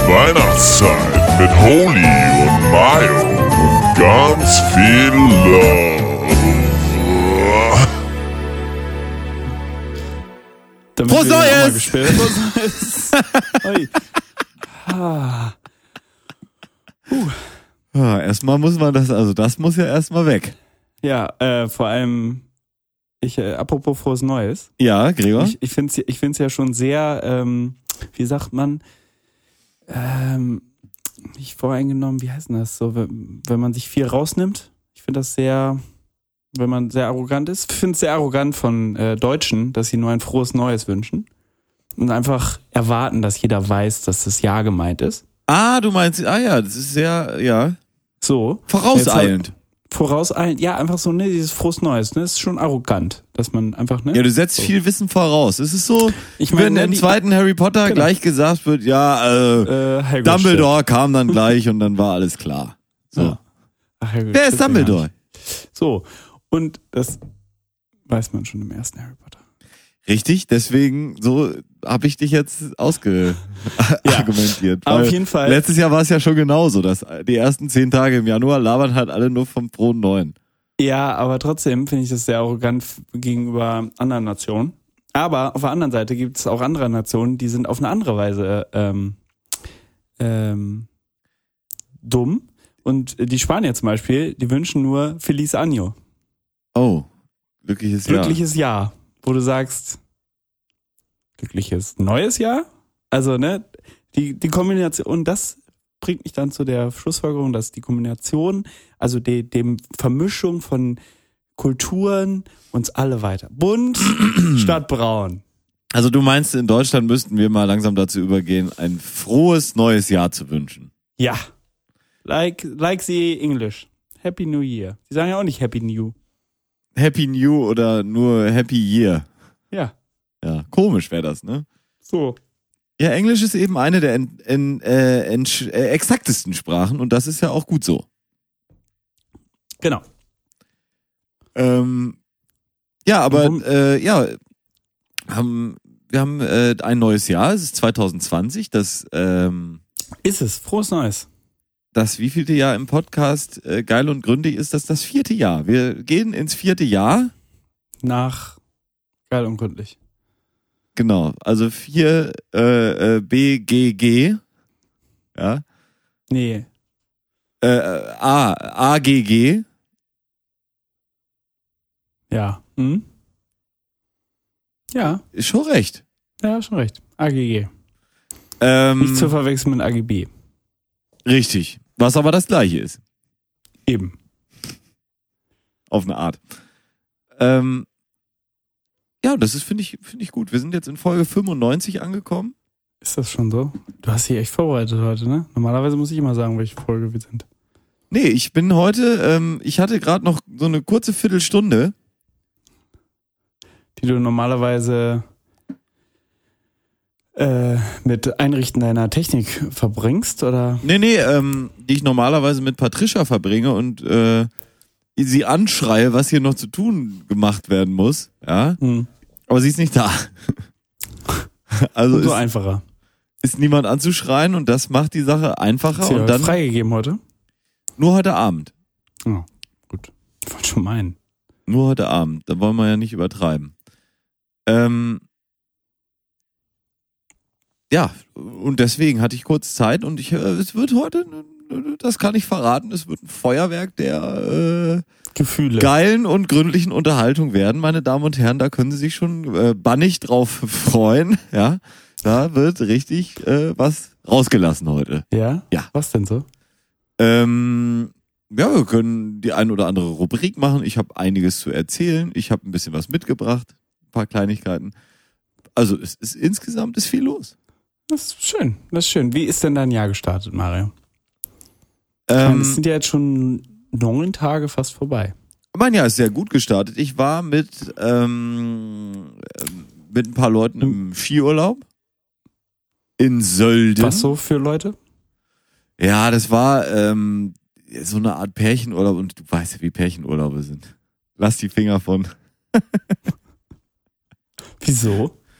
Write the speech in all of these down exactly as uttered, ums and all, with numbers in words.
Weihnachtszeit mit Holy und Mayo und ganz viel Love. Frohes Neues! Frohes Neues! ah. uh. Ja, erstmal muss man das, also das muss ja erstmal weg. Ja, äh, vor allem, ich, äh, apropos Frohes Neues. Ja, Gregor? Ich, ich finde es ich find's ja schon sehr, ähm, wie sagt man, ähm, nicht voreingenommen, wie heißt denn das so, wenn, wenn man sich viel rausnimmt? Ich finde das sehr, wenn man sehr arrogant ist. Ich finde es sehr arrogant von äh, Deutschen, dass sie nur ein frohes Neues wünschen und einfach erwarten, dass jeder weiß, dass das Jahr gemeint ist. Ah, du meinst, ah ja, das ist sehr, ja. So. Vorauseilend. Vorauseilend, ja, einfach so, ne, dieses frohes Neues, ne, das ist schon arrogant, dass man einfach, ne. Ja, du setzt so. viel Wissen voraus. Es ist so, ich mein, wenn ne, im die, zweiten Harry Potter genau. gleich gesagt wird, ja, äh, äh, Dumbledore kam dann gleich und dann war alles klar. So. Ja. Ach, Herrgott, wer ist Dumbledore? So, und das weiß man schon im ersten Harry Potter. Richtig, deswegen so habe ich dich jetzt ausgeargumentiert. Ja, auf jeden Fall. Letztes Jahr war es ja schon genauso, dass die ersten zehn Tage im Januar labern halt alle nur vom frohen Neuen. Ja, aber trotzdem finde ich das sehr arrogant gegenüber anderen Nationen. Aber auf der anderen Seite gibt es auch andere Nationen, die sind auf eine andere Weise ähm, ähm, dumm. Und die Spanier zum Beispiel, die wünschen nur Feliz Año. Oh, glückliches Jahr. Glückliches Jahr, wo du sagst, glückliches neues Jahr? Also, ne, die, die Kombination, das bringt mich dann zu der Schlussfolgerung, dass die Kombination, also die, dem Vermischung von Kulturen uns alle weiter. Bunt statt braun. Also du meinst, in Deutschland müssten wir mal langsam dazu übergehen, ein frohes neues Jahr zu wünschen. Ja. Like, like the English. Happy New Year. Die sagen ja auch nicht Happy New. Happy New oder nur Happy Year. Ja. Ja, komisch wäre das, ne? So. Ja, Englisch ist eben eine der en, en, äh, en, äh, exaktesten Sprachen und das ist ja auch gut so. Genau. Ähm, ja, aber äh, ja, haben, wir haben äh, ein neues Jahr, es ist zwanzig zwanzig, das ähm, ist es, frohes Neues. Das wievielte Jahr im Podcast äh, geil und gründig ist, das das vierte Jahr. Wir gehen ins vierte Jahr. Nach geil und gründlich. Genau, also vier äh, äh, B G G. Ja. Nee. Äh, A, A G G. Ja. Hm? Ja. Ist schon recht. Ja, schon recht. A G G. Ähm, Nicht zu verwechseln mit A G B. Richtig. Was aber das gleiche ist. Eben. Auf eine Art. Ähm, ja, das ist, finde ich, finde ich gut. Wir sind jetzt in Folge fünfundneunzig angekommen. Ist das schon so? Du hast dich echt vorbereitet heute, ne? Normalerweise muss ich immer sagen, welche Folge wir sind. Nee, ich bin heute, ähm, ich hatte gerade noch so eine kurze Viertelstunde. Die du normalerweise äh, mit Einrichten deiner Technik verbringst, oder? Nee, nee, ähm, die ich normalerweise mit Patricia verbringe und äh, sie anschreie, was hier noch zu tun gemacht werden muss. Ja, hm. aber sie ist nicht da. Also so ist, einfacher. Ist niemand anzuschreien und das macht die Sache einfacher. Ist sie und dann freigegeben heute? Nur heute Abend. Oh, gut. Ich wollte schon meinen. Nur heute Abend. Da wollen wir ja nicht übertreiben. Ähm, ja, und deswegen hatte ich kurz Zeit und ich, es wird heute, das kann ich verraten, es wird ein Feuerwerk der äh, Gefühle, geilen und gründlichen Unterhaltung werden, meine Damen und Herren. Da können Sie sich schon äh, bannig drauf freuen. Ja, da wird richtig äh, was rausgelassen heute. Ja? Ja. Was denn so? Ähm, ja, wir können die ein oder andere Rubrik machen. Ich habe einiges zu erzählen. Ich habe ein bisschen was mitgebracht. Ein paar Kleinigkeiten. Also es ist insgesamt ist viel los. Das ist schön, das ist schön. Wie ist denn dein Jahr gestartet, Mario? Ähm, es sind ja jetzt schon neun Tage fast vorbei. Mein Jahr ist sehr gut gestartet. Ich war mit, ähm, mit ein paar Leuten im Skiurlaub in Sölden. Was so für Leute? Ja, das war ähm, so eine Art Pärchenurlaub und du weißt ja, wie Pärchenurlaube sind. Lass die Finger von. Wieso?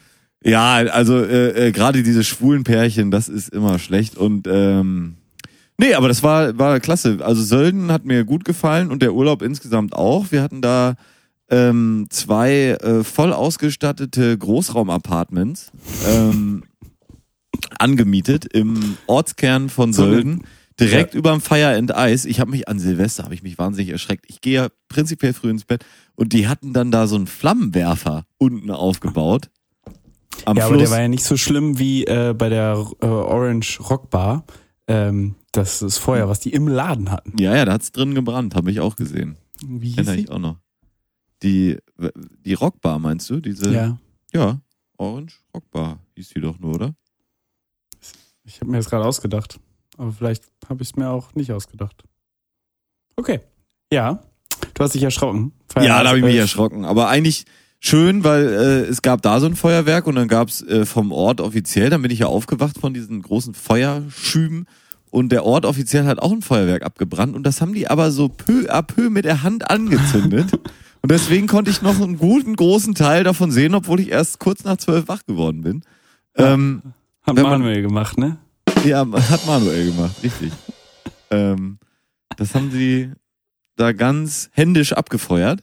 Ja, also äh, äh, gerade diese schwulen Pärchen, das ist immer schlecht und ähm, nee, aber das war war klasse. Also Sölden hat mir gut gefallen und der Urlaub insgesamt auch. Wir hatten da ähm, zwei äh, voll ausgestattete Großraumapartments ähm, angemietet im Ortskern von Sölden, direkt ja. überm Fire and Ice. Ich habe mich an Silvester, habe ich mich wahnsinnig erschreckt. Ich gehe ja prinzipiell früh ins Bett und die hatten dann da so einen Flammenwerfer unten aufgebaut. Am ja, Fluss. Aber der war ja nicht so schlimm wie äh, bei der äh, Orange Rock Bar. Ähm, das ist Feuer, was die im Laden hatten. Ja, ja, da hat's drin gebrannt, habe ich auch gesehen. Wie hieß Erinnere die? ich auch noch. Die, die Rockbar meinst du? Diese? Ja. Ja, Orange Rockbar hieß die doch nur, oder? Ich habe mir das gerade ausgedacht. Aber vielleicht habe ich es mir auch nicht ausgedacht. Okay. Ja, du hast dich erschrocken. Feier ja, da habe ich mich erschrocken. Aber eigentlich schön, weil äh, es gab da so ein Feuerwerk und dann gab's äh, vom Ort offiziell, dann bin ich ja aufgewacht von diesen großen Feuerschüben und der Ort offiziell hat auch ein Feuerwerk abgebrannt und das haben die aber so peu à peu mit der Hand angezündet. Und deswegen konnte ich noch einen guten, großen Teil davon sehen, obwohl ich erst kurz nach zwölf wach geworden bin. Ja, ähm, hat Manuel gemacht, ne? Ja, hat Manuel gemacht, richtig. ähm, das haben sie da ganz händisch abgefeuert.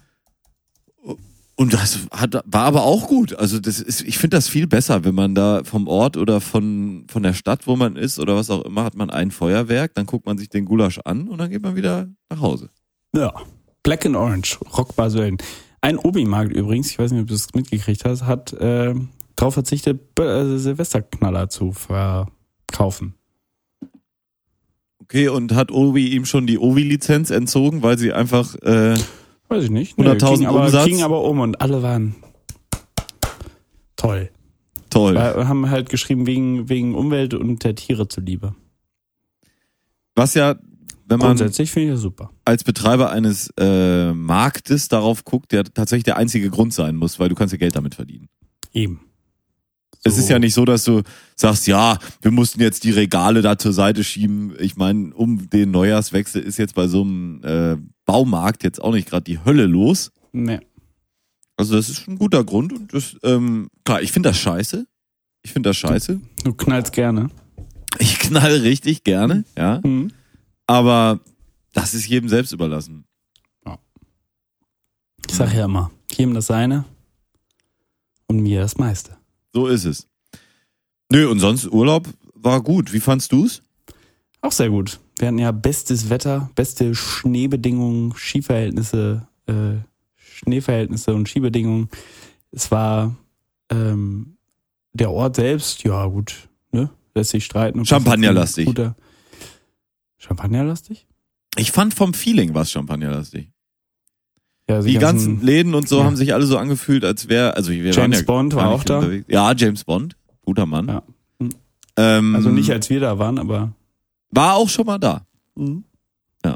Und das hat, war aber auch gut. Also das ist, ich finde das viel besser, wenn man da vom Ort oder von, von der Stadt, wo man ist oder was auch immer, hat man ein Feuerwerk, dann guckt man sich den Gulasch an und dann geht man wieder nach Hause. Ja. Black and Orange, Rockbar Sölden. Ein Obi-Markt übrigens, ich weiß nicht, ob du es mitgekriegt hast, hat äh, darauf verzichtet, äh, Silvesterknaller zu verkaufen. Okay, und hat Obi ihm schon die Obi-Lizenz entzogen, weil sie einfach äh, weiß ich nicht. hunderttausend nee, Umsatz? Gingen aber um und alle waren toll. Toll. Wir haben halt geschrieben, wegen, wegen Umwelt und der Tiere zuliebe. Was ja, wenn man grundsätzlich finde ich das super. Als Betreiber eines äh, Marktes darauf guckt, der tatsächlich der einzige Grund sein muss, weil du kannst ja Geld damit verdienen. Eben. So. Es ist ja nicht so, dass du sagst, ja, wir mussten jetzt die Regale da zur Seite schieben. Ich meine, um den Neujahrswechsel ist jetzt bei so einem äh, Baumarkt jetzt auch nicht gerade die Hölle los. Nee. Also das ist ein guter Grund und das, ähm, klar, ich finde das scheiße. Ich finde das scheiße. Du knallst gerne. Ich knall richtig gerne, ja. Mhm. Aber das ist jedem selbst überlassen. Ja. Ich sag ja immer, jedem das Seine und mir das meiste. So ist es. Nö, und sonst Urlaub war gut. Wie fandst du's? Auch sehr gut. Wir hatten ja bestes Wetter, beste Schneebedingungen, Skiverhältnisse, äh, Schneeverhältnisse und Skibedingungen. Es war ähm, der Ort selbst, ja gut, ne? Lässt sich streiten. Champagnerlastig. Guter Champagnerlastig? Ich fand vom Feeling was Champagnerlastig. Ja, die ganzen Läden und so ja. haben sich alle so angefühlt, als wäre, also wir James waren ja Bond war auch da. Unterwegs. Ja, James Bond, guter Mann. Ja. Mhm. Ähm, also nicht als wir da waren, aber war auch schon mal da. Mhm. Ja.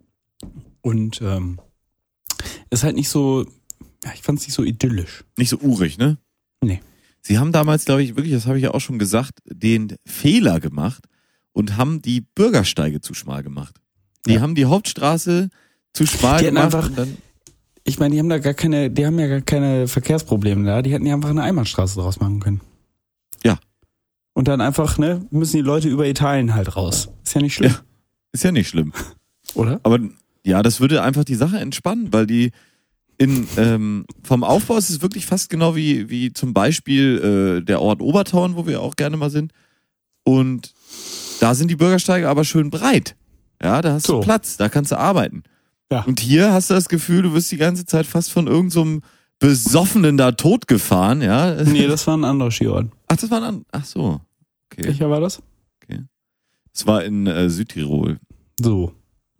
Und ähm, ist halt nicht so, ja, ich fand es nicht so idyllisch. Nicht so urig, ne? Nee. Sie haben damals, glaube ich, wirklich, das habe ich ja auch schon gesagt, den Fehler gemacht und haben die Bürgersteige zu schmal gemacht. Die ja. haben die Hauptstraße zu schmal die gemacht. Einfach, und dann ich meine, die haben da gar keine, die haben ja gar keine Verkehrsprobleme da. Die hätten ja einfach eine Einbahnstraße draus machen können. Ja. Und dann einfach, ne, müssen die Leute über Italien halt raus. Ist ja nicht schlimm. Ja, ist ja nicht schlimm. Oder? Aber ja, das würde einfach die Sache entspannen, weil die in ähm, vom Aufbau ist es wirklich fast genau wie wie zum Beispiel äh, der Ort Obertauern, wo wir auch gerne mal sind. Und da sind die Bürgersteige aber schön breit. Ja, da hast so. du Platz, da kannst du arbeiten. Ja. Und hier hast du das Gefühl, du wirst die ganze Zeit fast von irgendeinem so Besoffenen da totgefahren, ja? Nee, das war ein anderer Skiort. Ach, das war ein anderer. Ach so. Okay. Welcher war das? Okay. Das war in äh, Südtirol. So.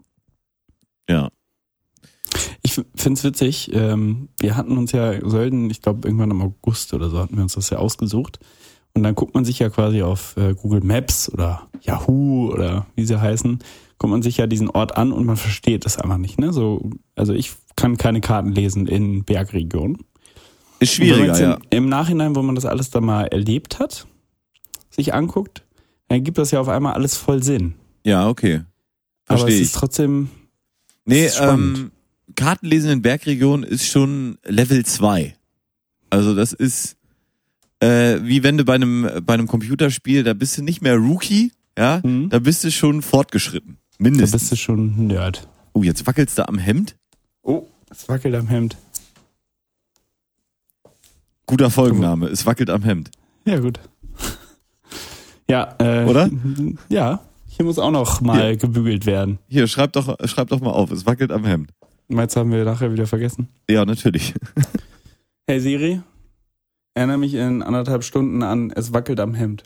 Ja. Ich finde es witzig, ähm, wir hatten uns ja Sölden, ich glaube irgendwann im August oder so hatten wir uns das ja ausgesucht. Und dann guckt man sich ja quasi auf äh, Google Maps oder Yahoo oder wie sie heißen, guckt man sich ja diesen Ort an und man versteht das einfach nicht. Ne? So, also ich kann keine Karten lesen in Bergregionen. Ist schwieriger, ja. Im, Im Nachhinein, wo man das alles da mal erlebt hat, sich anguckt, dann gibt das ja auf einmal alles voll Sinn. Ja, okay. Versteh Aber es ich. ist trotzdem Nee, ist spannend. ähm, Kartenlesen in Bergregionen ist schon Level zwei. Also das ist äh, wie wenn du bei einem, bei einem Computerspiel, da bist du nicht mehr Rookie, ja, Mhm. da bist du schon fortgeschritten. Da Mindestens. bist du schon ein Nerd. Oh, jetzt wackelst du am Hemd? Oh, es wackelt am Hemd. Guter Folgenname, es wackelt am Hemd. Ja, gut. Ja, äh, Oder? Ja, hier muss auch noch mal Hier. gebügelt werden. Hier, schreib doch, schreib doch mal auf, es wackelt am Hemd. Meinst du, haben wir nachher wieder vergessen? Ja, natürlich. Hey Siri, erinnere mich in anderthalb Stunden an, es wackelt am Hemd.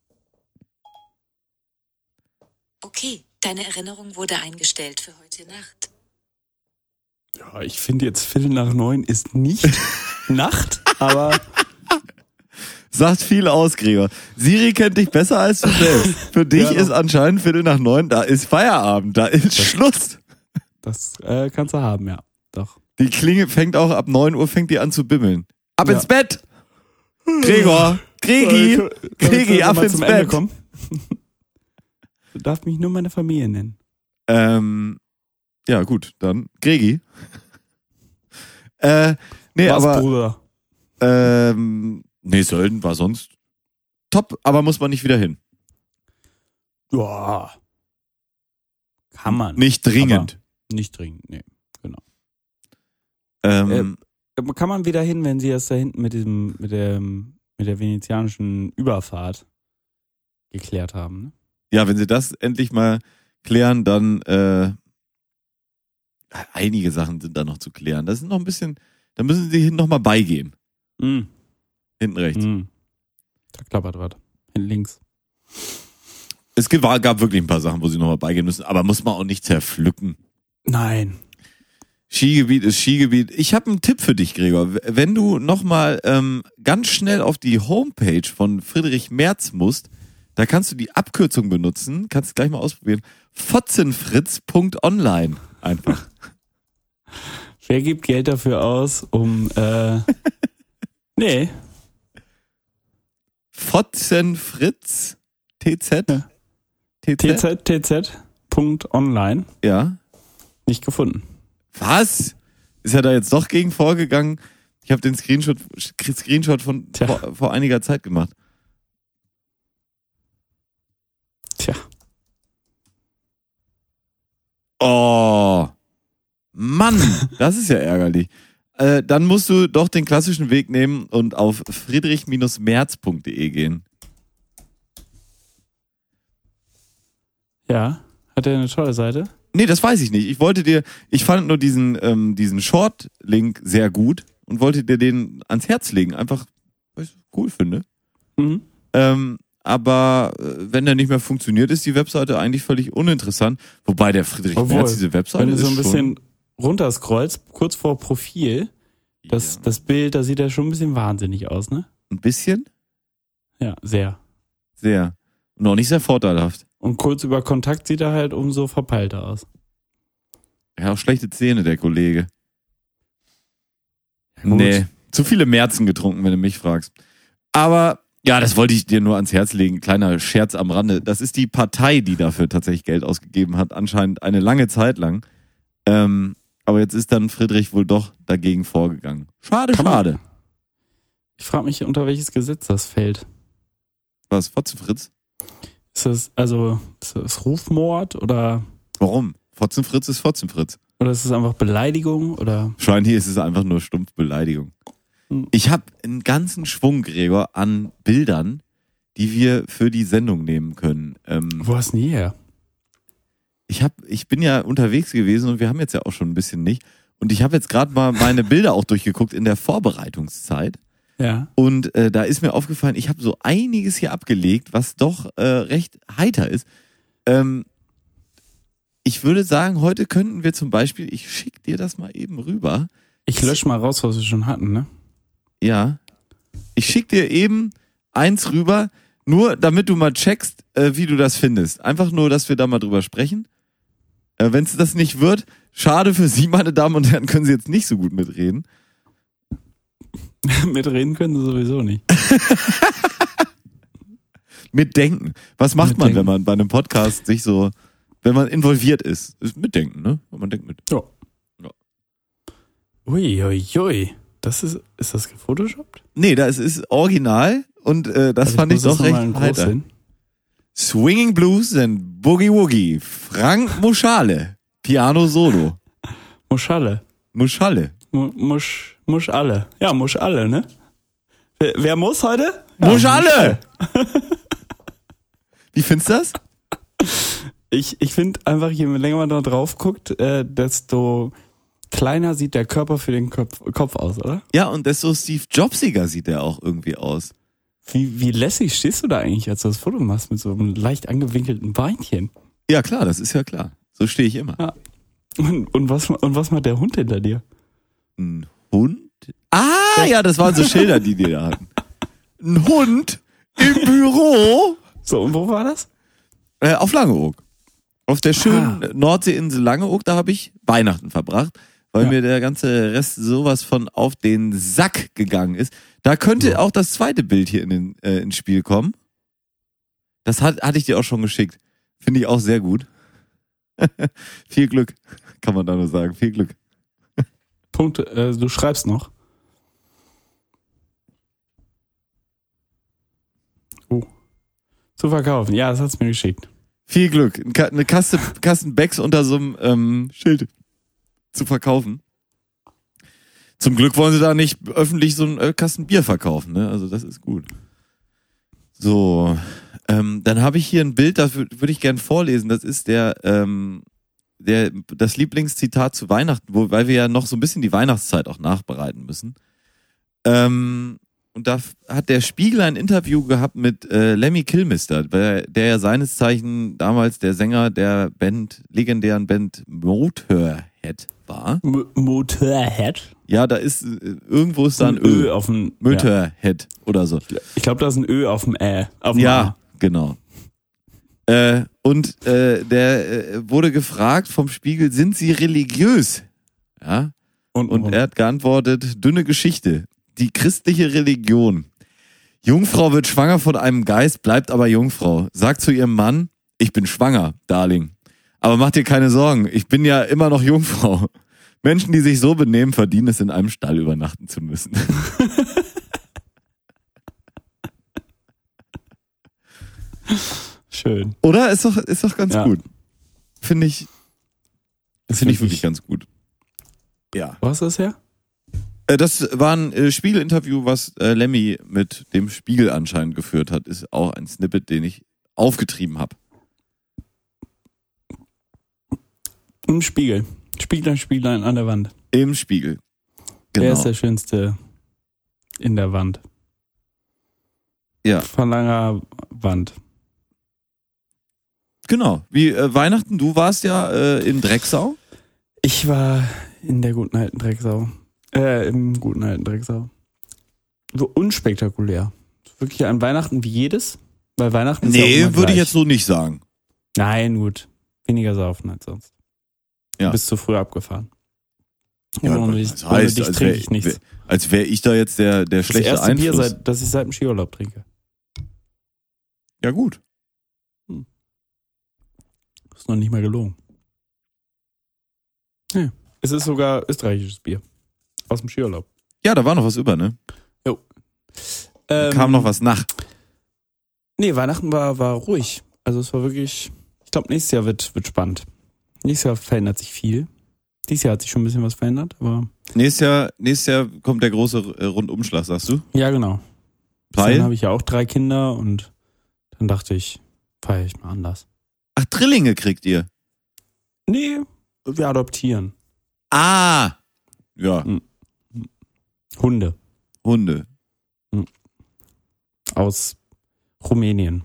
Okay, deine Erinnerung wurde eingestellt für heute Nacht. Ja, ich finde jetzt Viertel nach neun ist nicht Nacht, aber Sagt viel aus, Gregor. Siri kennt dich besser als du selbst. Für dich Ja, ist anscheinend Viertel nach neun, da ist Feierabend, da ist Schluss. das äh, kannst du haben, ja. Doch. Die Klinge fängt auch ab neun Uhr fängt die an zu bimmeln. Ab Ja. ins Bett! Gregor! Gregi! Gregi, ab ins zum Ende Bett! kommen? Du darfst mich nur meine Familie nennen. Ähm, ja, gut, dann Gregi. äh, nee, Was, aber Bruder? ähm, nee, Sölden war sonst top, aber muss man nicht wieder hin. Ja. Kann man. Nicht dringend. Aber nicht dringend, nee. Genau. Ähm, Kann man wieder hin, wenn sie das da hinten mit diesem, mit der, mit der venezianischen Überfahrt geklärt haben, ne? ja, wenn sie das endlich mal klären, dann äh, einige Sachen sind da noch zu klären. Das ist noch ein bisschen, da müssen sie hin noch mal beigehen. Mhm. Hinten rechts. Mhm. Da klappert was. Hinten links. Es gibt, gab wirklich ein paar Sachen, wo sie noch mal beigehen müssen, aber muss man auch nicht zerpflücken. Nein. Skigebiet ist Skigebiet. Ich habe einen Tipp für dich, Gregor. Wenn du nochmal ähm, ganz schnell auf die Homepage von Friedrich Merz musst, da kannst du die Abkürzung benutzen, kannst du gleich mal ausprobieren. fotzenfritz punkt online einfach. Wer gibt Geld dafür aus, um äh, nee. Fotzenfritz T Z? Ja. T T Z? Z T Z Punkt online. Ja. Nicht gefunden. Was? Ist er da jetzt doch gegen vorgegangen? Ich habe den Screenshot, Screenshot von Tja. vor, vor einiger Zeit gemacht. Tja. Oh, Mann, das ist ja ärgerlich. Äh, dann musst du doch den klassischen Weg nehmen und auf friedrich merz punkt de gehen. Ja. Hat er eine tolle Seite? Nee, das weiß ich nicht. Ich wollte dir, ich fand nur diesen, ähm, diesen Short-Link sehr gut und wollte dir den ans Herz legen. Einfach, weil ich cool finde. Mhm. Ähm, aber äh, wenn der nicht mehr funktioniert, ist die Webseite eigentlich völlig uninteressant. Wobei der Friedrich Obwohl, Merz, diese Webseite Wenn du so ein ist bisschen runterscrollst, kurz vor Profil, das, ja, das Bild, da sieht er schon ein bisschen wahnsinnig aus, ne? ein bisschen Ja, sehr. sehr. Und auch nicht sehr vorteilhaft. Und kurz über Kontakt sieht er halt umso verpeilter aus. Er hat auch schlechte Zähne, der Kollege. Ja, gut. Nee, zu viele Märzen getrunken, wenn du mich fragst. Aber ja, das wollte ich dir nur ans Herz legen. Kleiner Scherz am Rande. Das ist die Partei, die dafür tatsächlich Geld ausgegeben hat, anscheinend eine lange Zeit lang. Ähm, aber jetzt ist dann Friedrich wohl doch dagegen vorgegangen. Schade, Kann man- schade. Ich frage mich, unter welches Gesetz das fällt. Was, Fotzenfritz? Ist das, also, ist das Rufmord oder, Warum? Fotzenfritz ist Fotzenfritz. oder ist es einfach Beleidigung oder? Wahrscheinlich ist es einfach nur stumpf Beleidigung. Hm. Ich habe einen ganzen Schwung, Gregor, an Bildern, die wir für die Sendung nehmen können. Ähm, Wo hast du die her? ich hab, ich bin ja unterwegs gewesen und wir haben jetzt ja auch schon ein bisschen nicht. Und ich habe jetzt gerade mal meine Bilder auch durchgeguckt in der Vorbereitungszeit. Ja. Und äh, da ist mir aufgefallen, ich habe so einiges hier abgelegt, was doch äh, recht heiter ist. Ähm, ich würde sagen, heute könnten wir zum Beispiel, ich schick dir das mal eben rüber. Ich lösche mal raus, was wir schon hatten, ne? Ja. Ich schick dir eben eins rüber, nur damit du mal checkst, äh, wie du das findest. Einfach nur, dass wir da mal drüber sprechen. Äh, Wenn es das nicht wird, schade für Sie, meine Damen und Herren, können Sie jetzt nicht so gut mitreden. Mitreden können sie sowieso nicht. Mitdenken. Was macht man, Mitdenken. wenn man bei einem Podcast sich so, wenn man involviert ist? Ist Mitdenken, ne? Man denkt mit. Ja. Ja. Ui, ui, ui. das ist, ist das gefotoshoppt? Nee, das ist original und äh, das Also fand ich, muss das doch noch mal recht in groß heiter. sehen. Swinging Blues and Boogie Woogie. Frank Muschale. Piano Solo. Muschalle. Muschale. Mu- Musch, Musch alle. Ja, Musch alle, ne? Wer, wer muss heute? Ja, Muschale! Wie findest du das? Ich, ich finde einfach, je länger man da drauf guckt, äh, desto kleiner sieht der Körper für den Kopf, Kopf aus, oder? Ja, und desto Steve Jobsiger sieht der auch irgendwie aus. Wie, wie lässig stehst du da eigentlich, als du das Foto machst mit so einem leicht angewinkelten Beinchen? Ja, klar, das ist ja klar. So stehe ich immer. Ja. Und, und, was, und was macht der Hund hinter dir? Ein Hund? Ah, ja, das waren so Schilder, die die da hatten. Ein Hund im Büro? So, und wo war das? Äh, auf Langeoog. Auf der schönen Ah. Nordseeinsel Langeoog, da habe ich Weihnachten verbracht, weil Ja. mir der ganze Rest sowas von auf den Sack gegangen ist. Da könnte Ja. auch das zweite Bild hier in den, äh, ins Spiel kommen. Das hat, hatte ich dir auch schon geschickt. Finde ich auch sehr gut. Viel Glück, kann man da nur sagen. Viel Glück. Punkt, äh, du schreibst noch. Oh. Zu verkaufen. Ja, das hat's mir geschickt. Viel Glück. Ein Ka- Eine Kaste, Kasten Becks unter so einem ähm, Schild zu verkaufen. Zum Glück wollen sie da nicht öffentlich so einen äh, Kasten Bier verkaufen, ne? Also das ist gut. So, ähm, dann habe ich hier ein Bild, das würde würd ich gern vorlesen. Das ist der, ähm, der, das Lieblingszitat zu Weihnachten, wo, weil wir ja noch so ein bisschen die Weihnachtszeit auch nachbereiten müssen. Ähm, und da f- hat der Spiegel ein Interview gehabt mit äh, Lemmy Kilmister, der, der ja seines Zeichen damals der Sänger der Band, legendären Band Motorhead war. M- Motorhead? Ja, da ist, äh, irgendwo ist da ein Ö Ö. auf dem. Ja. Motorhead oder so. Ich glaube, da ist ein Ö auf dem Ä. Auf dem Ja, genau. Äh, und äh, der äh, wurde gefragt vom Spiegel, sind Sie religiös? Ja. A. Und, Und er hat geantwortet, dünne Geschichte. Die christliche Religion. Jungfrau wird schwanger von einem Geist, bleibt aber Jungfrau. Sagt zu ihrem Mann, ich bin schwanger, Darling. Aber mach dir keine Sorgen, ich bin ja immer noch Jungfrau. Menschen, die sich so benehmen, verdienen es, in einem Stall übernachten zu müssen. Schön. Oder? Ist doch, ist doch ganz Ja. gut. Finde ich, Das finde ich find wirklich ganz gut. Ja. Wo hast du das her? Äh, Das war ein äh, Spiegel-Interview, was äh, Lemmy mit dem Spiegel anscheinend geführt hat. Ist auch ein Snippet, den ich aufgetrieben habe. Im Spiegel. Spieglein, Spieglein an der Wand. Im Spiegel. Wer ist Genau. der Schönste in der Wand? Ja. Von langer Wand. Genau. Wie äh, Weihnachten, du warst ja äh, in Drecksau. Ich war in der guten alten Drecksau. Äh, im guten alten Drecksau. So unspektakulär. Wirklich an Weihnachten wie jedes. Weil Weihnachten ist ja auch Nee, immer würde ich gleich. jetzt so nicht sagen. Nein, gut. Weniger saufen als sonst. Ja. Du bist zu früh abgefahren. Ja, ohne dich, das ohne heißt, dich als trinke wär- ich nichts. wär- Als wäre ich da jetzt der, der Das schlechte erste Einfluss. Bier, seit, das ich seit dem Skiurlaub trinke. Ja gut. Ist noch nicht mal gelogen. Ja. Es ist sogar österreichisches Bier. Aus dem Skiurlaub. Ja, da war noch was über, ne? Da Ähm, kam noch was nach. Nee, Weihnachten war, war ruhig. Also es war wirklich, ich glaube, nächstes Jahr wird, wird spannend. Nächstes Jahr verändert sich viel. Dieses Jahr hat sich schon ein bisschen was verändert, aber. Nächstes Jahr, nächstes Jahr kommt der große äh, Rundumschlag, sagst du? Ja, genau. Weil? Dann habe ich ja auch drei Kinder und dann dachte ich, feiere ich mal anders. Ach, Drillinge kriegt ihr. Nee, wir adoptieren. Ah! Ja, Hunde Hunde. aus Rumänien.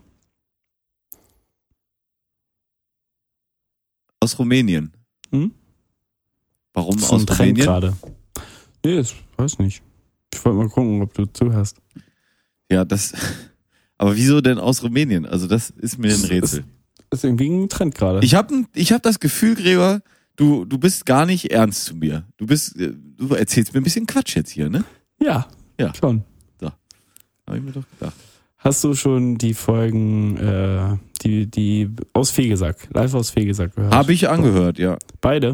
Aus Rumänien. Hm? Warum Das ist aus ein Trend Rumänien? gerade. Nee, ich weiß nicht. Ich wollte mal gucken, ob du zuhörst. Ja, das. Aber wieso denn aus Rumänien? Also das ist mir ein Das Rätsel. Das ist irgendwie ein Trend gerade. Ich habe ich hab das Gefühl, Gregor, du, du bist gar nicht ernst zu mir. Du bist, äh, du erzählst mir ein bisschen Quatsch jetzt hier, ne? Ja, Ja. schon. Hab ich mir doch gedacht. Hast du schon die Folgen, äh, die, die aus Fegesack, live aus Fegesack gehört? Habe ich angehört, ja. Beide?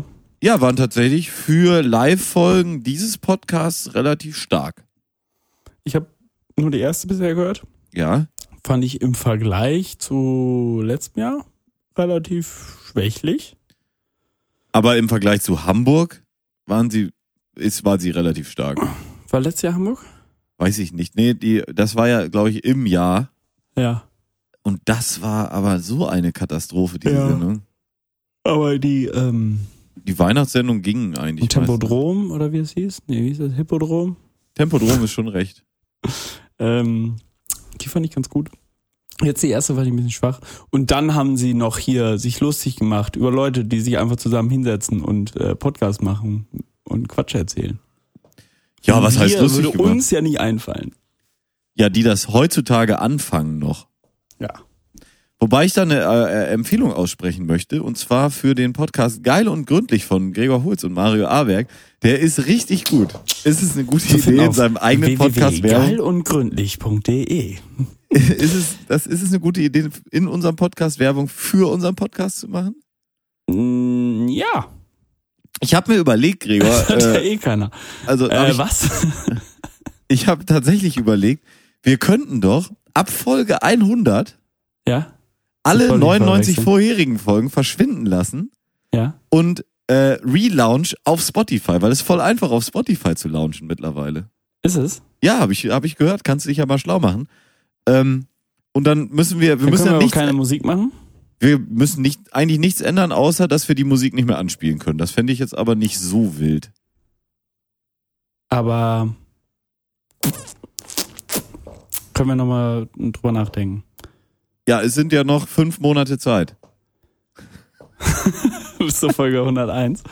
ja, waren tatsächlich für Live-Folgen dieses Podcasts relativ stark. Ich habe nur die erste bisher gehört. Ja. Fand ich im Vergleich zu letztem Jahr relativ schwächlich. Aber im Vergleich zu Hamburg waren sie, ist, war sie relativ stark. War letztes Jahr Hamburg? Weiß ich nicht. Nee, die, das war ja, glaube ich, im Jahr. Ja. Und das war aber so eine Katastrophe, diese Ja. Sendung. Aber die, ähm, Die Weihnachtssendung ging eigentlich. Tempodrom oder wie es hieß? Nee, wie hieß das? Hippodrom? Tempodrom ist schon recht. Ähm, die fand ich ganz gut. Jetzt die erste war die ein bisschen schwach. Und dann haben sie noch hier sich lustig gemacht über Leute, die sich einfach zusammen hinsetzen und äh, Podcast machen und Quatsch erzählen. Ja, was heißt Hier lustig würde gemacht? uns ja nicht einfallen. Ja, die das heutzutage anfangen noch. Ja. Wobei ich da eine äh, Empfehlung aussprechen möchte, und zwar für den Podcast Geil und Gründlich von Gregor Holz und Mario Aberg. Der ist richtig gut. Es ist eine gute Idee in seinem eigenen Podcast. geil und gründlich punkt de Ist es, das, ist es eine gute Idee, in unserem Podcast Werbung für unseren Podcast zu machen? Mm, ja. Ich habe mir überlegt, Gregor. Hat ja äh, eh keiner. also hab Äh, ich, was? ich habe tatsächlich überlegt, wir könnten doch ab Folge hundert Ja? alle Spotify neunundneunzig wechseln. vorherigen Folgen verschwinden lassen Ja? und äh, relaunch auf Spotify, weil es ist voll einfach auf Spotify zu launchen mittlerweile. Ist es? Ja, habe ich, hab ich gehört, kannst du dich ja mal schlau machen. Ähm, und dann müssen wir, wir Dann müssen können ja wir auch nichts, keine Musik machen? wir müssen nicht, eigentlich nichts ändern, außer dass wir die Musik nicht mehr anspielen können. Das fände ich jetzt aber nicht so wild. Aber können wir nochmal drüber nachdenken. Ja, es sind ja noch fünf Monate Zeit. Bis zur Folge hunderteins.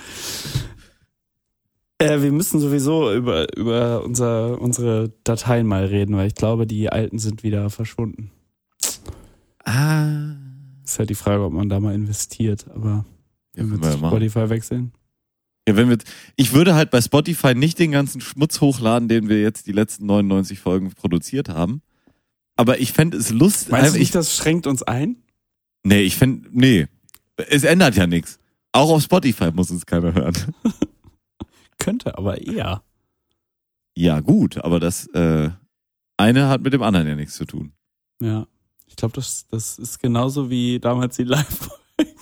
Äh, wir müssen sowieso über, über unser, unsere Dateien mal reden, weil ich glaube, die alten sind wieder verschwunden. Ah. Ist halt die Frage, ob man da mal investiert, aber Ja, wenn können wir wir zu ja machen. Spotify wechseln. Ja, wenn wir, ich würde halt bei Spotify nicht den ganzen Schmutz hochladen, den wir jetzt die letzten neunundneunzig Folgen produziert haben. Aber ich fände es lustig. Meinst du ich, nicht, das schränkt uns ein? nee, ich fände, nee. Es ändert ja nichts. Auch auf Spotify muss es keiner hören. Könnte, aber eher. Ja, gut, aber das äh, eine hat mit dem anderen ja nichts zu tun. Ja. Ich glaube, das, das ist genauso wie damals die Live-Folge.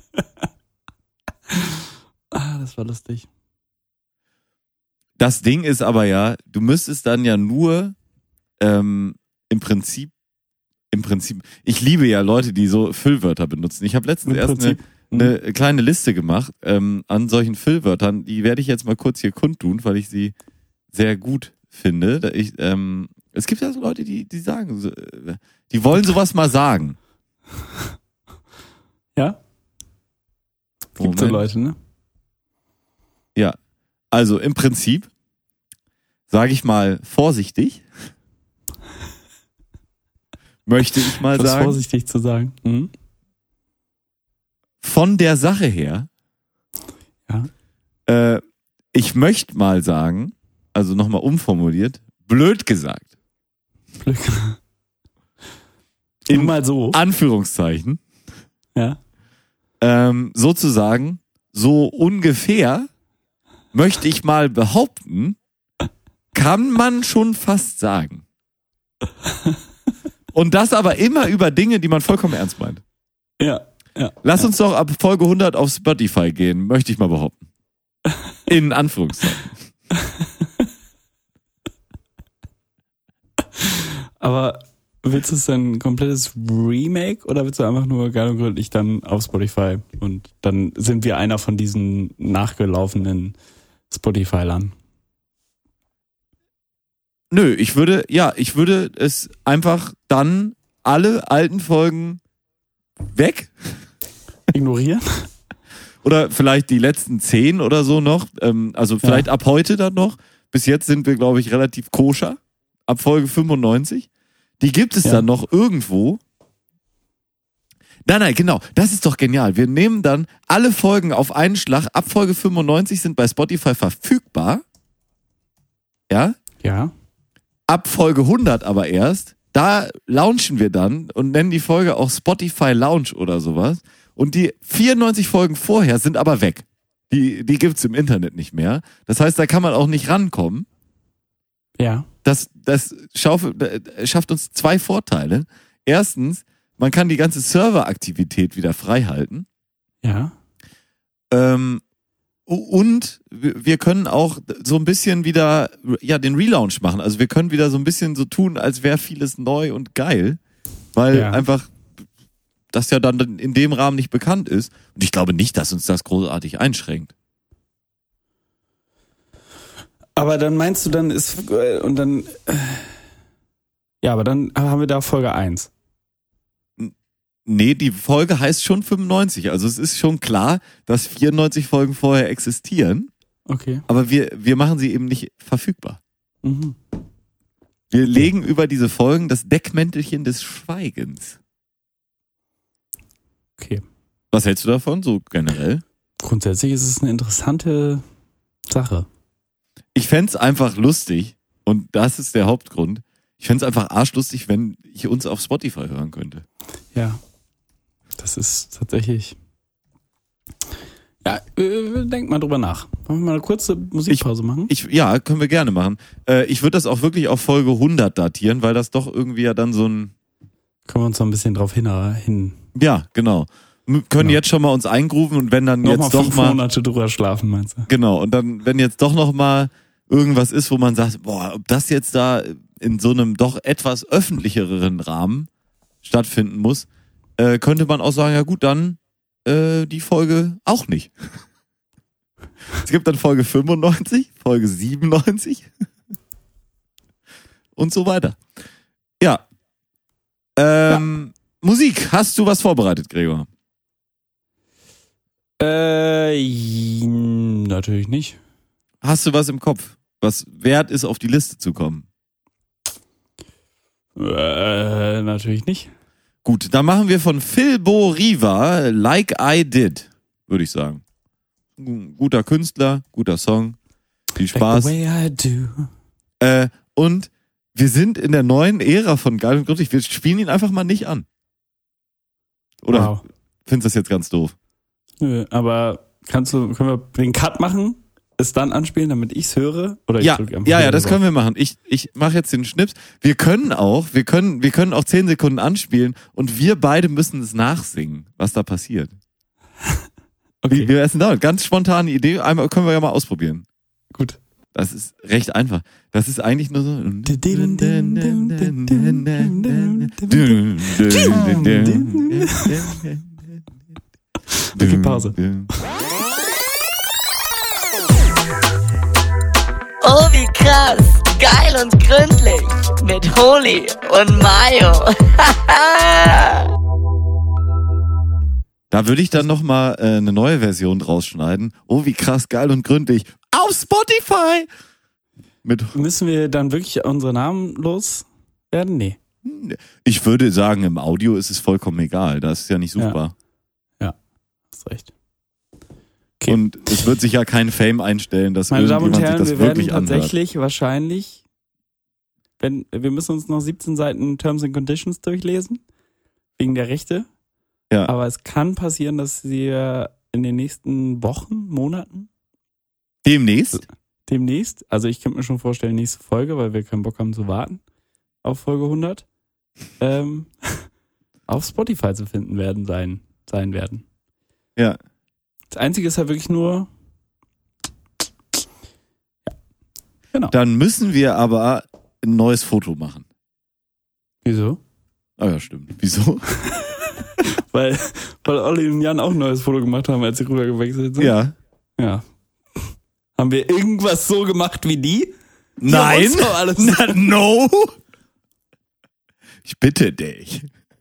Ah, das war lustig. Das Ding ist aber ja, du müsstest dann ja nur ähm, im Prinzip, im Prinzip, ich liebe ja Leute, die so Füllwörter benutzen. Ich habe letztens Im erst eine, Prinzip. eine kleine Liste gemacht ähm, an solchen Füllwörtern. Die werde ich jetzt mal kurz hier kundtun, weil ich sie sehr gut finde. Da Ich, ähm, es gibt ja so Leute, die, die sagen, so, äh, die wollen sowas mal sagen. Ja? Gibt so Moment. Leute, ne? Ja, also im Prinzip sage ich mal vorsichtig, möchte ich mal Was sagen, vorsichtig zu sagen. Mhm. von der Sache her, Ja. äh, ich möchte mal sagen, also nochmal umformuliert, blöd gesagt, Glück. in Nur mal so. Anführungszeichen, Ja. ähm, sozusagen, so ungefähr, möchte ich mal behaupten, kann man schon fast sagen. Und das aber immer über Dinge, die man vollkommen ernst meint. Ja. Ja. Lass uns doch ab Folge hundert auf Spotify gehen, möchte ich mal behaupten. In Anführungszeichen. Aber willst du es dann ein komplettes Remake oder willst du einfach nur geil und gründlich dann auf Spotify und dann sind wir einer von diesen nachgelaufenen Spotify-Lern? Nö, ich würde, ja, ich würde es einfach dann alle alten Folgen weg Ignorieren? oder vielleicht die letzten zehn oder so noch, ähm, also vielleicht Ja. ab heute dann noch. Bis jetzt sind wir, glaube ich, relativ koscher. Ab Folge fünfundneunzig. Die gibt es Ja. dann noch irgendwo. Nein, nein, genau. Das ist doch genial. Wir nehmen dann alle Folgen auf einen Schlag. Ab Folge fünfundneunzig sind bei Spotify verfügbar. Ja. Ja. Ab Folge hundert aber erst. Da launchen wir dann und nennen die Folge auch Spotify Lounge oder sowas. Und die vierundneunzig Folgen vorher sind aber weg. Die, die gibt's im Internet nicht mehr. Das heißt, da kann man auch nicht rankommen. Ja. Das, das schauf, äh, schafft uns zwei Vorteile. Erstens, man kann die ganze Serveraktivität wieder frei halten. Ja. Ähm, und wir können auch so ein bisschen wieder ja den Relaunch machen. Also wir können wieder so ein bisschen so tun, als wäre vieles neu und geil, weil Ja. einfach das ja dann in dem Rahmen nicht bekannt ist. Und ich glaube nicht, dass uns das großartig einschränkt. Aber dann meinst du, dann ist, äh, und dann, äh, ja, aber dann haben wir da Folge eins. Nee, die Folge heißt schon fünfundneunzig. Also es ist schon klar, dass vierundneunzig Folgen vorher existieren. Okay. Aber wir, wir machen sie eben nicht verfügbar. Mhm. Wir legen über diese Folgen das Deckmäntelchen des Schweigens. Okay. Was hältst du davon, so generell? Grundsätzlich ist es eine interessante Sache. Ich fänd's einfach lustig, und das ist der Hauptgrund, ich fänd's einfach arschlustig, wenn ich uns auf Spotify hören könnte. Ja. Das ist tatsächlich. Ja, äh, denk mal drüber nach. Wollen wir mal eine kurze Musikpause machen? Ich, ja, können wir gerne machen. Äh, ich würde das auch wirklich auf Folge hundert datieren, weil das doch irgendwie ja dann so ein... Können wir uns noch ein bisschen drauf hin... hin Ja, genau. Wir können Genau. jetzt schon mal uns eingrooven und wenn dann noch jetzt mal doch fünf mal... Monate drüber schlafen, meinst du? Genau, und dann, wenn jetzt doch noch mal irgendwas ist, wo man sagt, boah, ob das jetzt da in so einem doch etwas öffentlicheren Rahmen stattfinden muss, äh, könnte man auch sagen, ja gut, dann äh, die Folge auch nicht. Es gibt dann Folge fünfundneunzig, Folge siebenundneunzig und so weiter. Ja. Ähm, ja. Musik, hast du was vorbereitet, Gregor? Äh, natürlich nicht. Hast du was im Kopf, was wert ist, auf die Liste zu kommen? Äh, natürlich nicht. Gut, dann machen wir von Phil Bo Riva Like I Did, würde ich sagen. Guter Künstler, guter Song, viel Spaß. Like the way I do. Äh, und wir sind in der neuen Ära von Geil und Gründlich. Wir spielen ihn einfach mal nicht an. Oder Wow. findest du das jetzt ganz doof? Nö, aber kannst du, können wir den Cut machen, es dann anspielen, damit ich's höre? Oder ich Ja, drück einfach ja, ja, wieder das drauf? können wir machen. Ich, ich mache jetzt den Schnips. Wir können auch, wir können, wir können auch zehn Sekunden anspielen und wir beide müssen es nachsingen, was da passiert. Okay, Wie, wie wär's denn da? Ganz spontane Idee. Einmal können wir ja mal ausprobieren. gut. Das ist recht einfach. Das ist eigentlich nur so. Okay, Pause. Oh, wie krass. Geil und gründlich. Mit Holy und Mayo. Da würde ich dann nochmal äh, eine neue Version draus schneiden. Oh, wie krass, geil und gründlich. Auf Spotify! Mit, Müssen wir dann wirklich unsere Namen loswerden? Nee. ich würde sagen, im Audio ist es vollkommen egal. Das ist ja nicht suchbar. Hast recht. Okay. Und es wird sich ja kein Fame einstellen, dass Meine Damen und irgendjemand Herren, sich wir das werden wirklich anhört. tatsächlich wahrscheinlich, wenn wir müssen uns noch siebzehn Seiten Terms and Conditions durchlesen, wegen der Rechte. Ja. Aber es kann passieren, dass wir in den nächsten Wochen, Monaten, Demnächst? demnächst, also ich könnte mir schon vorstellen, nächste Folge, weil wir keinen Bock haben zu warten auf Folge hundert, ähm, auf Spotify zu finden werden sein, sein werden. Ja. Das Einzige ist halt wirklich nur, ja, genau. Dann müssen wir aber ein neues Foto machen. Wieso? Ah ja, stimmt. Wieso? Weil, weil Olli und Jan auch ein neues Foto gemacht haben, als sie rüber gewechselt sind. Ja. Ja. Haben wir irgendwas so gemacht wie die? Die Nein. haben uns doch alles Na, no. Ich bitte dich.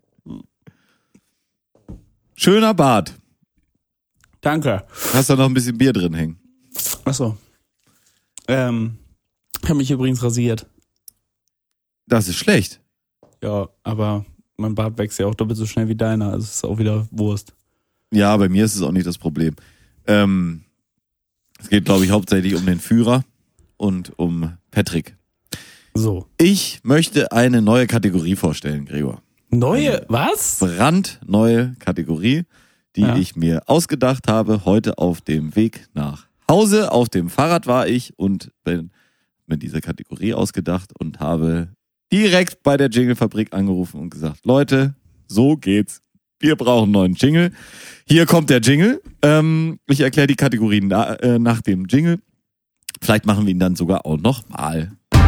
Schöner Bart. Danke. Hast da noch ein bisschen Bier drin hängen? Achso. Ähm, ich habe mich übrigens rasiert. Das ist schlecht. Ja, aber mein Bart wächst ja auch doppelt so schnell wie deiner. Also es ist auch wieder Wurst. Ja, bei mir ist es auch nicht das Problem. Ähm, es geht, glaube ich, hauptsächlich um den Führer und um Patrick. So. Ich möchte eine neue Kategorie vorstellen, Gregor. Neue, was? Brandneue Kategorie, die Ja. ich mir ausgedacht habe, heute auf dem Weg nach Hause. Auf dem Fahrrad war ich und bin mir diese Kategorie ausgedacht und habe direkt bei der Jingle-Fabrik angerufen und gesagt, Leute, so geht's. Wir brauchen einen neuen Jingle. Hier kommt der Jingle. Ähm, ich erkläre die Kategorien na, äh, nach dem Jingle. Vielleicht machen wir ihn dann sogar auch nochmal.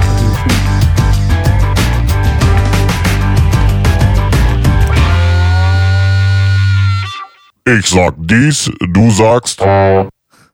Ich sag dies, du sagst. Und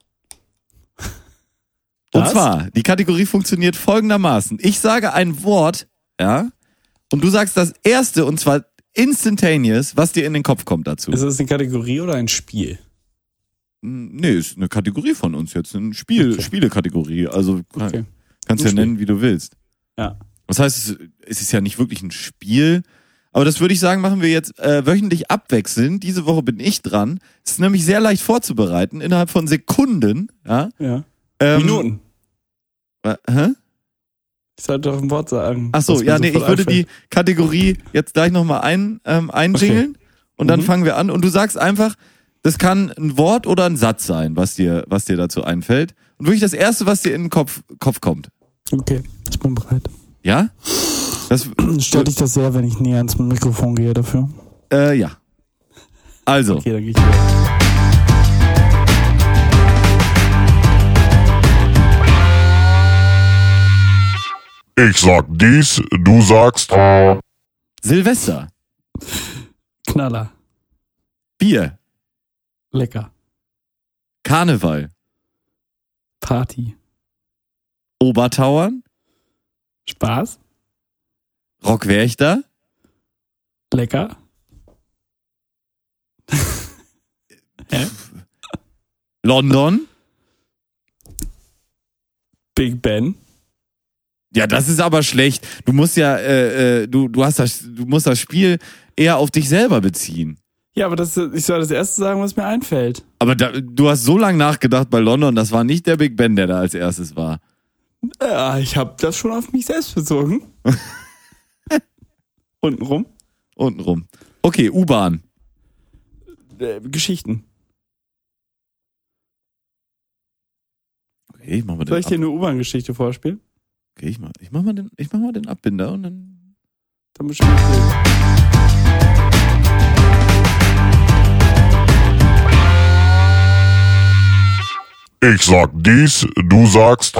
Was? zwar, die Kategorie funktioniert folgendermaßen. Ich sage ein Wort, ja, und du sagst das erste, und zwar instantaneous, was dir in den Kopf kommt dazu. Ist das eine Kategorie oder ein Spiel? Nee, ist eine Kategorie von uns jetzt, eine Spiel, Okay. Spielekategorie. Also Okay. kannst Ein ja Spiel. nennen, wie du willst. Ja. Das heißt, es, es ist ja nicht wirklich ein Spiel, aber das würde ich sagen, machen wir jetzt äh, wöchentlich abwechselnd. Diese Woche bin ich dran. Es ist nämlich sehr leicht vorzubereiten, innerhalb von Sekunden. Ja. Ja. Ähm, Minuten. Äh, hä? Ich sollte doch ein Wort sagen. Ach so, was mir ja, nee, ich sofort würde einfällt. die Kategorie jetzt gleich nochmal ein, ähm, einjingeln und dann Mhm. fangen wir an und du sagst einfach, das kann ein Wort oder ein Satz sein, was dir, was dir dazu einfällt. Und wirklich das erste, was dir in den Kopf, Kopf kommt. Okay, ich bin bereit. Ja? Das, Stört dich das sehr, wenn ich näher ans Mikrofon gehe dafür? äh, ja. Also, Okay, dann gehe ich wieder. Ich sag dies, du sagst. Silvester, Knaller. Bier, Lecker. Karneval, Party. Obertauern, Spaß. Rockwächter, Lecker. Hä? London. Big Ben. Ja, das ist aber schlecht. Du musst ja, äh, äh, du, du hast das, du musst das Spiel eher auf dich selber beziehen. Ja, aber das, ich soll das erste sagen, was mir einfällt. Aber da, du hast so lange nachgedacht bei London, das war nicht der Big Ben, der da als erstes war. Ja, ich habe das schon auf mich selbst bezogen. Untenrum. Untenrum. Okay, U-Bahn. Äh, Geschichten. Okay, ich mach mal den, Soll ich dir Ab- eine U-Bahn-Geschichte vorspielen? okay, ich mach, ich mach mal den, ich mach mal den Abbinder und dann. Dann bestimmt ich. Ich sag dies, du sagst.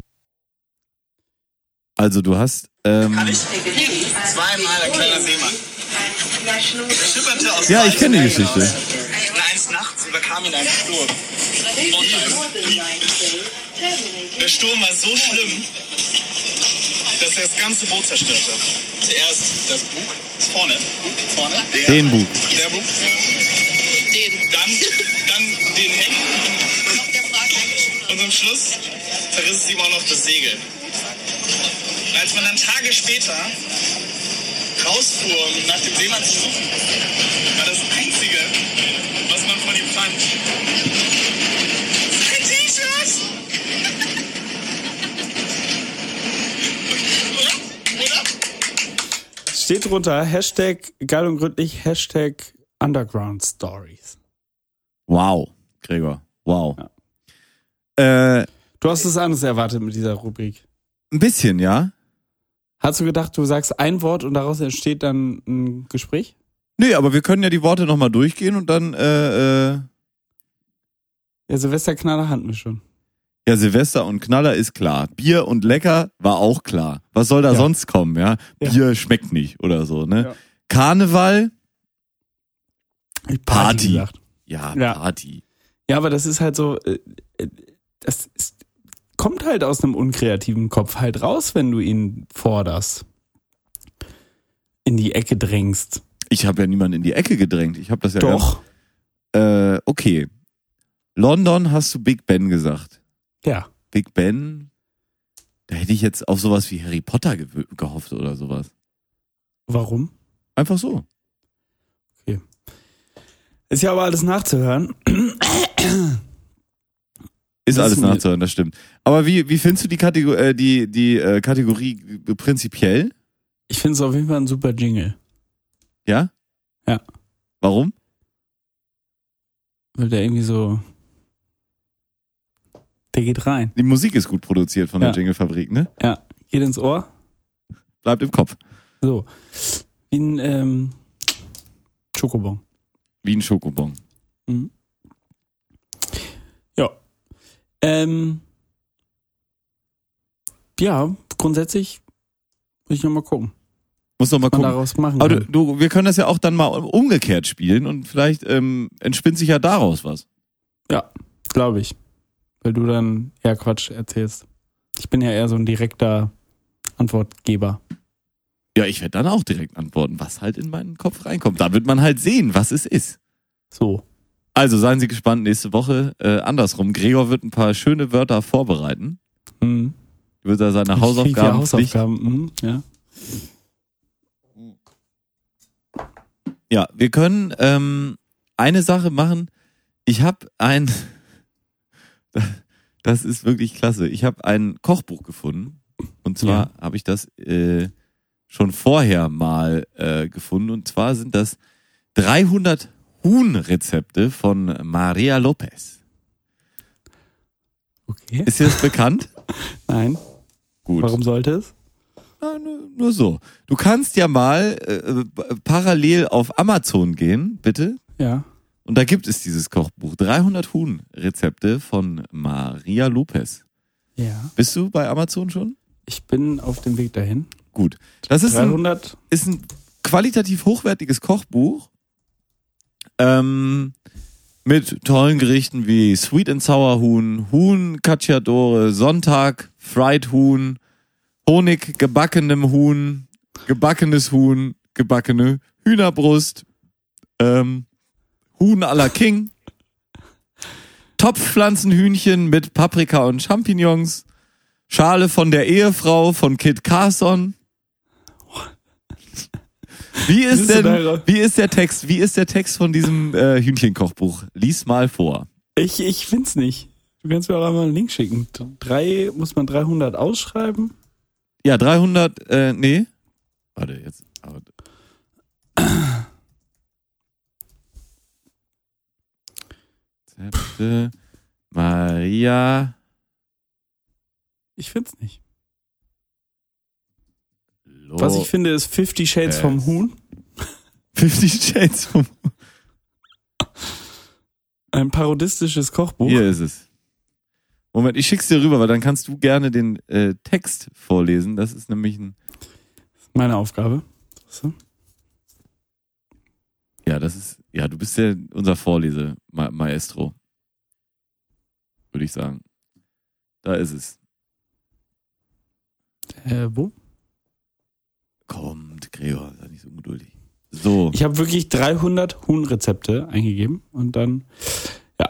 Also du hast, ähm, Zweimal ein kleiner Seemann. Er schipperte aus ja, ich kenne die weißen Geschichte. Bergen aus. Und eines Nachts überkam ihn ein Sturm. Der Sturm war so schlimm, dass er das ganze Boot zerstörte. Zuerst das Bug, vorne, vorne, der, Den Bug. der Bug, den, dann, dann den Heck und zum Schluss zerriss es ihm auch noch das Segel. Und als man dann Tage später rausfuhr, um nach dem Seemann zu suchen, war das Einzige, was man von ihm fand, sein T-Shirt! Oder? Oder? Steht drunter Hashtag geil und gründlich, Hashtag Underground Stories. Wow, Gregor, wow. Ja. Äh, Du hast es anders erwartet mit dieser Rubrik. ein bisschen, ja? Hast du gedacht, du sagst ein Wort und daraus entsteht dann ein Gespräch? Nee, aber wir können ja die Worte nochmal durchgehen und dann, äh, äh, Ja, Silvesterknaller hatten wir schon. ja, Silvester und Knaller ist klar. Bier und Lecker war auch klar. Was soll da Ja. sonst kommen, ja? Ja. Bier schmeckt nicht oder so, ne? Ja. Karneval, Ich Party. gesagt. ja, Ja. Party. Ja, aber das ist halt so, äh, äh, das ist, kommt halt aus einem unkreativen Kopf halt raus, wenn du ihn forderst. In die Ecke drängst. Ich habe ja niemanden in die Ecke gedrängt. Ich habe das ja Doch. Ganz, äh, okay. London hast du Big Ben gesagt. Ja. Big Ben, da hätte ich jetzt auf sowas wie Harry Potter ge- gehofft oder sowas. Warum? Einfach so. Ist ja aber alles nachzuhören. Ist alles Wissen wir- nachzuhören, das stimmt. Aber wie, wie findest du die, Kategor äh, die, die äh, Kategorie prinzipiell? Ich finde es auf jeden Fall ein super Jingle. Ja? Ja. Warum? weil der irgendwie so, der geht rein. Die Musik ist gut produziert von Ja. der Jingle-Fabrik, ne? Ja, geht ins Ohr. Bleibt im Kopf. So, wie ein ähm, Schokobon. Wie ein Schokobon. Mhm. Ja. Ähm, ja, grundsätzlich muss ich noch mal gucken, Muss noch mal was man gucken. daraus machen Aber du, kann. du, wir können das ja auch dann mal umgekehrt spielen und vielleicht ähm, entspinnt sich ja daraus was. Ja, glaube ich. Weil du dann eher Quatsch erzählst. Ich bin ja eher so ein direkter Antwortgeber. Ja, ich werde dann auch direkt antworten, was halt in meinen Kopf reinkommt. Da wird man halt sehen, was es ist. So. Also seien Sie gespannt, nächste Woche äh, andersrum. Gregor wird ein paar schöne Wörter vorbereiten. Hm. Wird er seine Ich krieg ja Hausaufgaben Hausaufgaben. Hm, ja. Ja, wir können ähm, eine Sache machen. Ich habe ein, das ist wirklich klasse. Ich habe ein Kochbuch gefunden. Und zwar Ja. habe ich das äh, schon vorher mal äh, gefunden. Und zwar sind das dreihundert Huhn-Rezepte von Maria Lopez. Okay. Ist dir das bekannt? Nein. Gut. Warum sollte es? Na, nur, nur so. Du kannst ja mal äh, parallel auf Amazon gehen, bitte. Ja. Und da gibt es dieses Kochbuch. dreihundert Huhn-Rezepte von Maria Lopez. Ja. Bist du bei Amazon schon? Ich bin auf dem Weg dahin. Gut. Das ist ein, dreihundert. ist ein qualitativ hochwertiges Kochbuch. Ähm, mit tollen Gerichten wie Sweet and Sour Huhn, Huhn Cacciatore, Sonntag, Fried Huhn, Honig gebackenem Huhn, gebackenes Huhn, gebackene Hühnerbrust, ähm, Huhn à la King, Topfpflanzenhühnchen mit Paprika und Champignons, Schale von der Ehefrau von Kit Carson. Wie ist Bist du denn, da- wie ist der Text, wie ist der Text von diesem äh, Hühnchenkochbuch? Lies mal vor. Ich, ich find's nicht. Du kannst mir auch einmal einen Link schicken. Drei, muss man dreihundert ausschreiben? Ja, dreihundert, äh, nee. Warte, jetzt. Aber, Rezepte Maria Ich find's nicht. Lo- Was ich finde, ist Fifty Shades vom Yes. Huhn. Fifty Shades vom Ein parodistisches Kochbuch. Hier ist es. Moment, ich schick's dir rüber, weil dann kannst du gerne den äh, Text vorlesen. Das ist nämlich ein. Meine Aufgabe. So. Ja, das ist. Ja, du bist ja unser Vorlese, Ma Maestro. Würde ich sagen. Da ist es. Äh, wo? Kommt, Gregor, sei nicht so ungeduldig. So. Ich habe wirklich dreihundert Huhnrezepte eingegeben und dann, ja.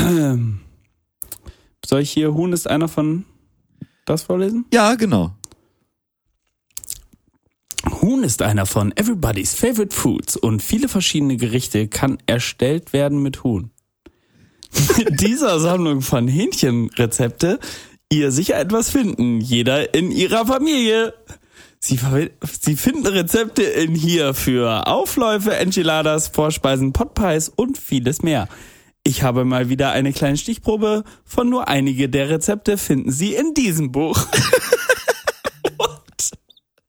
Soll ich hier, Huhn ist einer von das vorlesen? Ja, genau. Huhn ist einer von Everybody's Favorite Foods und viele verschiedene Gerichte kann erstellt werden mit Huhn. Mit dieser Sammlung von Hähnchenrezepte ihr sicher etwas finden, jeder in ihrer Familie. Sie, ver- Sie finden Rezepte in hier für Aufläufe, Enchiladas, Vorspeisen, Potpies und vieles mehr. Ich habe mal wieder eine kleine Stichprobe von nur einige der Rezepte finden Sie in diesem Buch. What?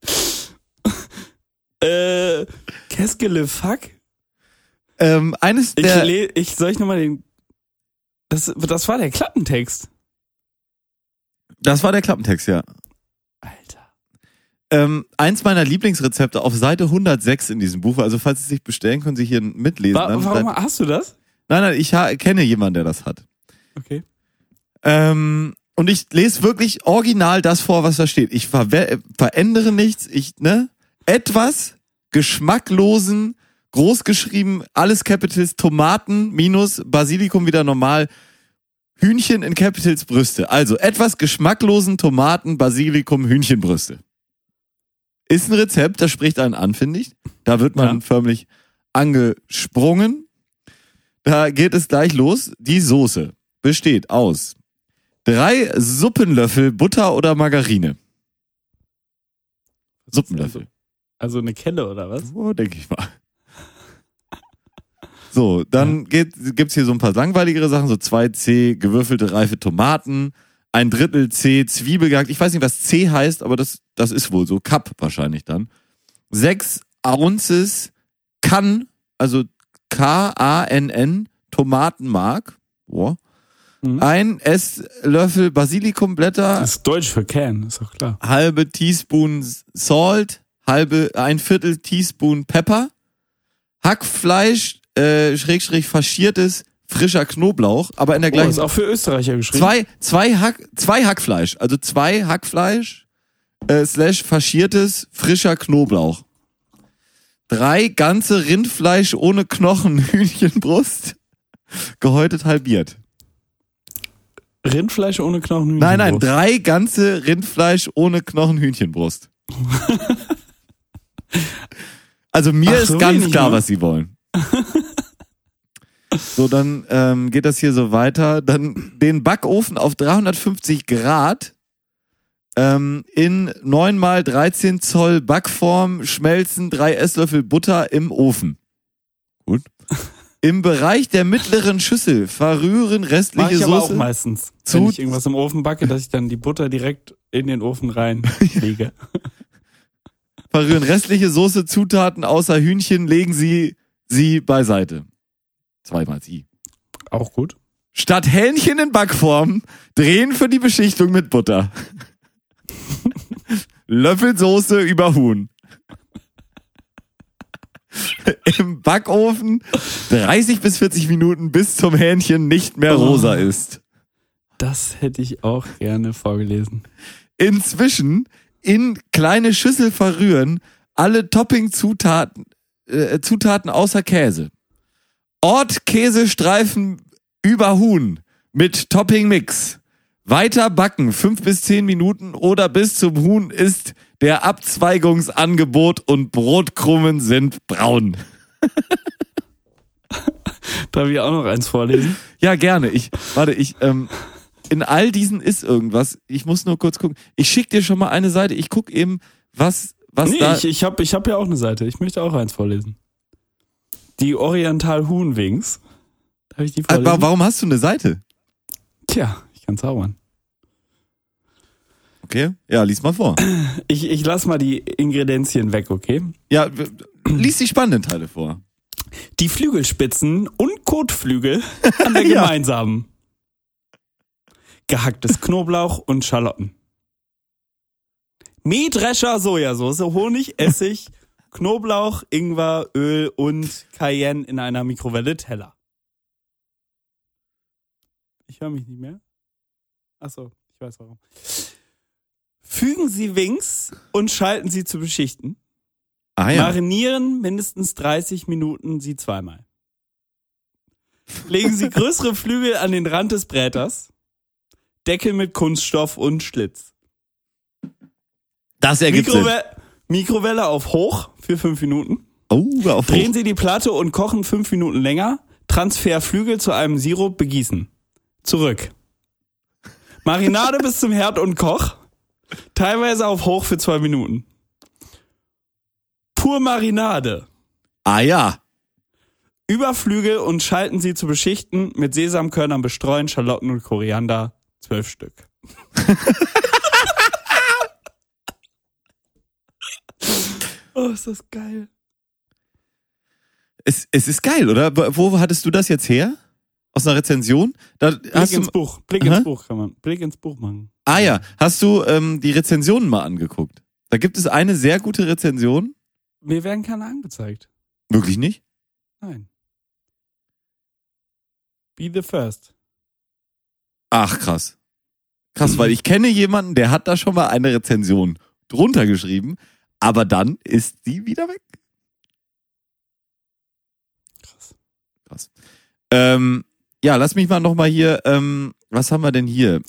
äh, qu'est-ce que le fuck? Ähm, eines Ich, der. le- ich soll ich nochmal den. Das, das war der Klappentext. Das war der Klappentext, ja. Alter. Ähm, eins meiner Lieblingsrezepte auf Seite hundertsechs in diesem Buch. Also falls Sie sich bestellen, können Sie hier mitlesen. Wa- Dann- warum dann, hast du das? nein, nein, ich ha kenne jemanden, der das hat. Okay. Ähm, und ich lese wirklich original das vor, was da steht. Ich ver verändere nichts. Ich, ne? Etwas geschmacklosen, großgeschrieben, alles Capitals, Tomaten minus Basilikum wieder normal, Hühnchen in Capitals Brüste. Also etwas geschmacklosen Tomaten, Basilikum, Hühnchenbrüste. Ist ein Rezept, das spricht einen an, finde ich. Da wird man Ja. förmlich angesprungen. Da geht es gleich los. Die Soße besteht aus drei Suppenlöffel Butter oder Margarine. Suppenlöffel. Also eine Kelle oder was? Oh, denke ich mal. So, dann geht, gibt's hier so ein paar langweiligere Sachen, so zwei C gewürfelte reife Tomaten, ein Drittel C Zwiebel gehackt. Ich weiß nicht, was C heißt, aber das, das ist wohl so. Cup wahrscheinlich dann. Sechs Ounces Kann, also K A N N, Tomatenmark. Boah. Mhm. Ein Esslöffel Basilikumblätter. Das ist Deutsch für Can, ist doch klar. Halbe Teaspoon Salt, halbe, ein Viertel Teaspoon Pepper, Hackfleisch, äh, Schrägstrich faschiertes, frischer Knoblauch, aber in der Oh, gleichen... ist auch für Österreicher geschrieben. Zwei, zwei, Hack, zwei Hackfleisch, also zwei Hackfleisch, äh, slash faschiertes, frischer Knoblauch. Drei ganze Rindfleisch ohne Knochen, Hühnchenbrust, gehäutet halbiert. Rindfleisch ohne Knochen. Nein, nein, drei ganze Rindfleisch ohne Knochen, Hühnchenbrust. Also mir Ach, ist so ganz wenig, klar, ne? was sie wollen. So, dann ähm, geht das hier so weiter. Dann den Backofen auf dreihundertfünfzig Grad ähm, in neun mal dreizehn Zoll Backform schmelzen, drei Esslöffel Butter im Ofen. Gut. Im Bereich der mittleren Schüssel verrühren Mach restliche ich aber auch Soße. meistens, zu- wenn ich irgendwas im Ofen backe, dass ich dann die Butter direkt in den Ofen reinlege. Verrühren restliche Soße, Zutaten außer Hühnchen, legen Sie sie beiseite. Zweimal sie. Auch gut. Statt Hähnchen in Backform, drehen für die Beschichtung mit Butter. Löffel Soße über Huhn. Im Backofen dreißig bis vierzig Minuten, bis zum Hähnchen nicht mehr rosa ist. Das hätte ich auch gerne vorgelesen. Inzwischen in kleine Schüssel verrühren, alle Topping-Zutaten äh, Zutaten außer Käse. Ort Käsestreifen über Huhn mit Topping-Mix. Weiter backen, fünf bis zehn Minuten oder bis zum Huhn ist der Abzweigungsangebot und Brotkrummen sind braun. Darf ich auch noch eins vorlesen? Ja, gerne. Ich, warte, ich, ähm, in all diesen ist irgendwas. Ich muss nur kurz gucken. Ich schick dir schon mal eine Seite. Ich guck eben, was, was Nee, da... ich, ich habe ich hab ja auch eine Seite. Ich möchte auch eins vorlesen. Die Oriental Huhn Wings. Darf ich die vorlesen? Aber warum hast du eine Seite? Tja, ich kann zaubern. Okay, ja, lies mal vor. Ich, ich lass mal die Ingredienzien weg, okay? Ja, w- lies die spannenden Teile vor. Die Flügelspitzen und Kotflügel an der Ja. gemeinsamen. Gehacktes Knoblauch und Schalotten. Mähdrescher Sojasauce, Honig, Essig, Knoblauch, Ingwer, Öl und Cayenne in einer Mikrowelle Teller. Ich höre mich nicht mehr. Achso, ich weiß warum. Fügen Sie Wings und schalten Sie zu beschichten. Ah ja. Marinieren mindestens dreißig Minuten sie zweimal. Legen Sie größere Flügel an den Rand des Bräters. Deckel mit Kunststoff und Schlitz. Das ergibt Sinn. Mikrowelle, Mikrowelle auf hoch für fünf Minuten. Oh, auf Drehen hoch. Sie die Platte und kochen fünf Minuten länger. Transfer Flügel zu einem Sirup begießen. Zurück. Marinade bis zum Herd und Koch. Teilweise auf hoch für zwei Minuten. Pur Marinade. Ah ja. Über Flügel und schalten sie zu beschichten, mit Sesamkörnern bestreuen, Schalotten und Koriander, zwölf Stück. Oh, ist das geil. Es, es ist geil, oder? Wo hattest du das jetzt her? Aus einer Rezension? Da Blick hast ins du, Buch, Blick Aha. ins Buch kann man, Blick ins Buch machen. ah ja, hast du ähm, die Rezensionen mal angeguckt? Da gibt es eine sehr gute Rezension. Mir werden keine angezeigt. Wirklich nicht? Nein. Be the first. Ach, krass. Krass, weil ich kenne jemanden, der hat da schon mal eine Rezension drunter geschrieben, aber dann ist die wieder weg. Krass. Krass. Ähm, ja, lass mich mal nochmal hier, ähm, was haben wir denn hier?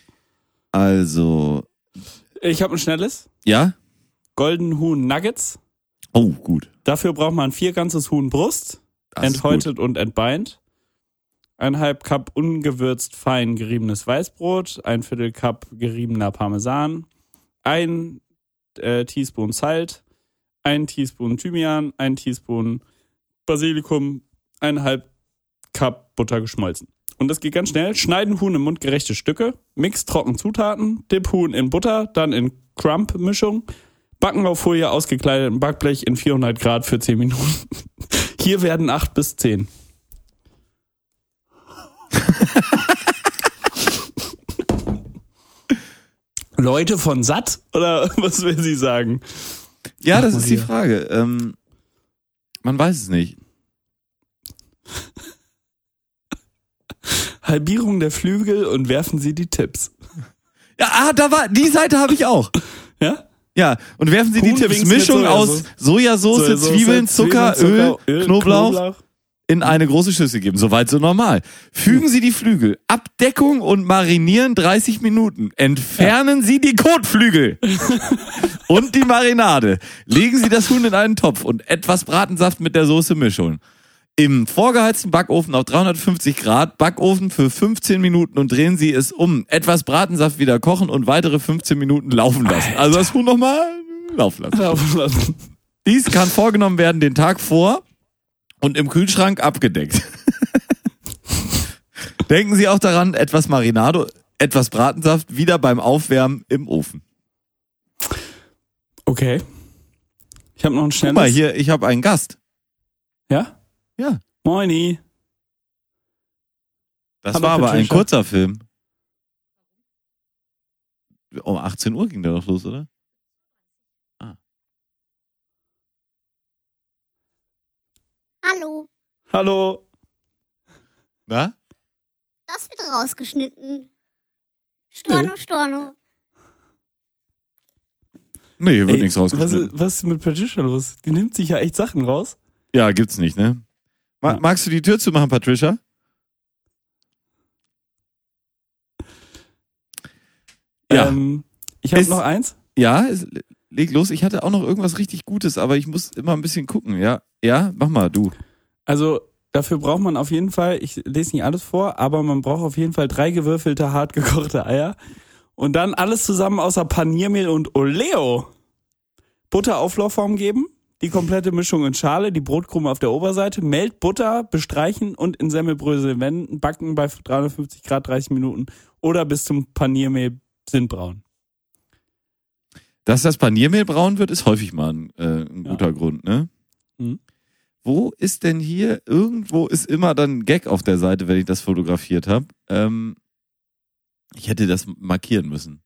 Also, Ich habe ein schnelles. ja? Golden Huhn Nuggets. Oh, gut. Dafür braucht man vier ganzes Huhn Brust, Das ist enthäutet und entbeint. Ein halb Cup ungewürzt fein geriebenes Weißbrot, ein Viertel Cup geriebener Parmesan, ein äh, Teaspoon Salt, ein Teaspoon Thymian, ein Teaspoon Basilikum, eineinhalb Cup Butter geschmolzen. Und das geht ganz schnell. Schneiden Huhn in mundgerechte Stücke, mix trocken Zutaten, dip Huhn in Butter, dann in Crump-Mischung, backen auf Folie ausgekleideten Backblech in vierhundert Grad für zehn Minuten. Hier werden acht bis zehn. Leute von satt? Oder was will sie sagen? Ja, das Ach, ist die Maria. Frage. Ähm, man weiß es nicht. Halbierung der Flügel und werfen Sie die Tipps. Ja, ah, da war, die Seite habe ich auch. Ja? Ja, und werfen Sie die Tipps. Huhnwings mit Mischung aus Sojasauce, Sojasauce, Zwiebeln, Zucker, Zwiebeln, Öl, Öl, Knoblauch, Knoblauch. in eine große Schüssel geben. Soweit so normal. Fügen Sie die Flügel, Abdeckung und marinieren dreißig Minuten. Entfernen Sie die Kotflügel und die Marinade. Legen Sie das Huhn in einen Topf und etwas Bratensaft mit der Soße mischen. Im vorgeheizten Backofen auf dreihundertfünfzig Grad, Backofen für fünfzehn Minuten und drehen Sie es um. Etwas Bratensaft wieder kochen und weitere fünfzehn Minuten laufen lassen. Also das Huhn nochmal laufen lassen. Dies kann vorgenommen werden den Tag vor und im Kühlschrank abgedeckt. Denken Sie auch daran, etwas Marinade, etwas Bratensaft wieder beim Aufwärmen im Ofen. Okay. Ich habe noch ein Guck schnelles. mal, hier, ich habe einen Gast. Ja? Ja. Moini. Das Hallo, war aber ein Patricia. kurzer Film. Um achtzehn Uhr ging der doch los, oder? Hallo, Hallo. Na? das wird rausgeschnitten. Storno, Storno. Nee, hier wird Ey, nichts was, rausgeschnitten. ist- was ist mit Patricia los? Die nimmt sich ja echt Sachen raus. Ja, gibt's nicht, ne? Ma- Ja. Magst du die Tür zumachen, Patricia? Ja. Ähm, ich habe Ist- noch eins. Ja, es, leg los. Ich hatte auch noch irgendwas richtig Gutes, aber ich muss immer ein bisschen gucken, ja? Ja, mach mal, du. Also dafür braucht man auf jeden Fall, ich lese nicht alles vor, aber man braucht auf jeden Fall drei gewürfelte, hart gekochte Eier. Und dann alles zusammen außer Paniermehl und Oleo. Butter Auflaufform geben, die komplette Mischung in Schale, die Brotkrume auf der Oberseite, Melt, Butter, bestreichen und in Semmelbrösel wenden, backen bei dreihundertfünfzig Grad dreißig Minuten oder bis zum Paniermehl sind braun. Dass das Paniermehl braun wird, ist häufig mal ein, äh, ein Ja. guter Grund, ne? Mhm. Wo ist denn hier, irgendwo ist immer dann ein Gag auf der Seite, wenn ich das fotografiert habe. Ähm, ich hätte das markieren müssen.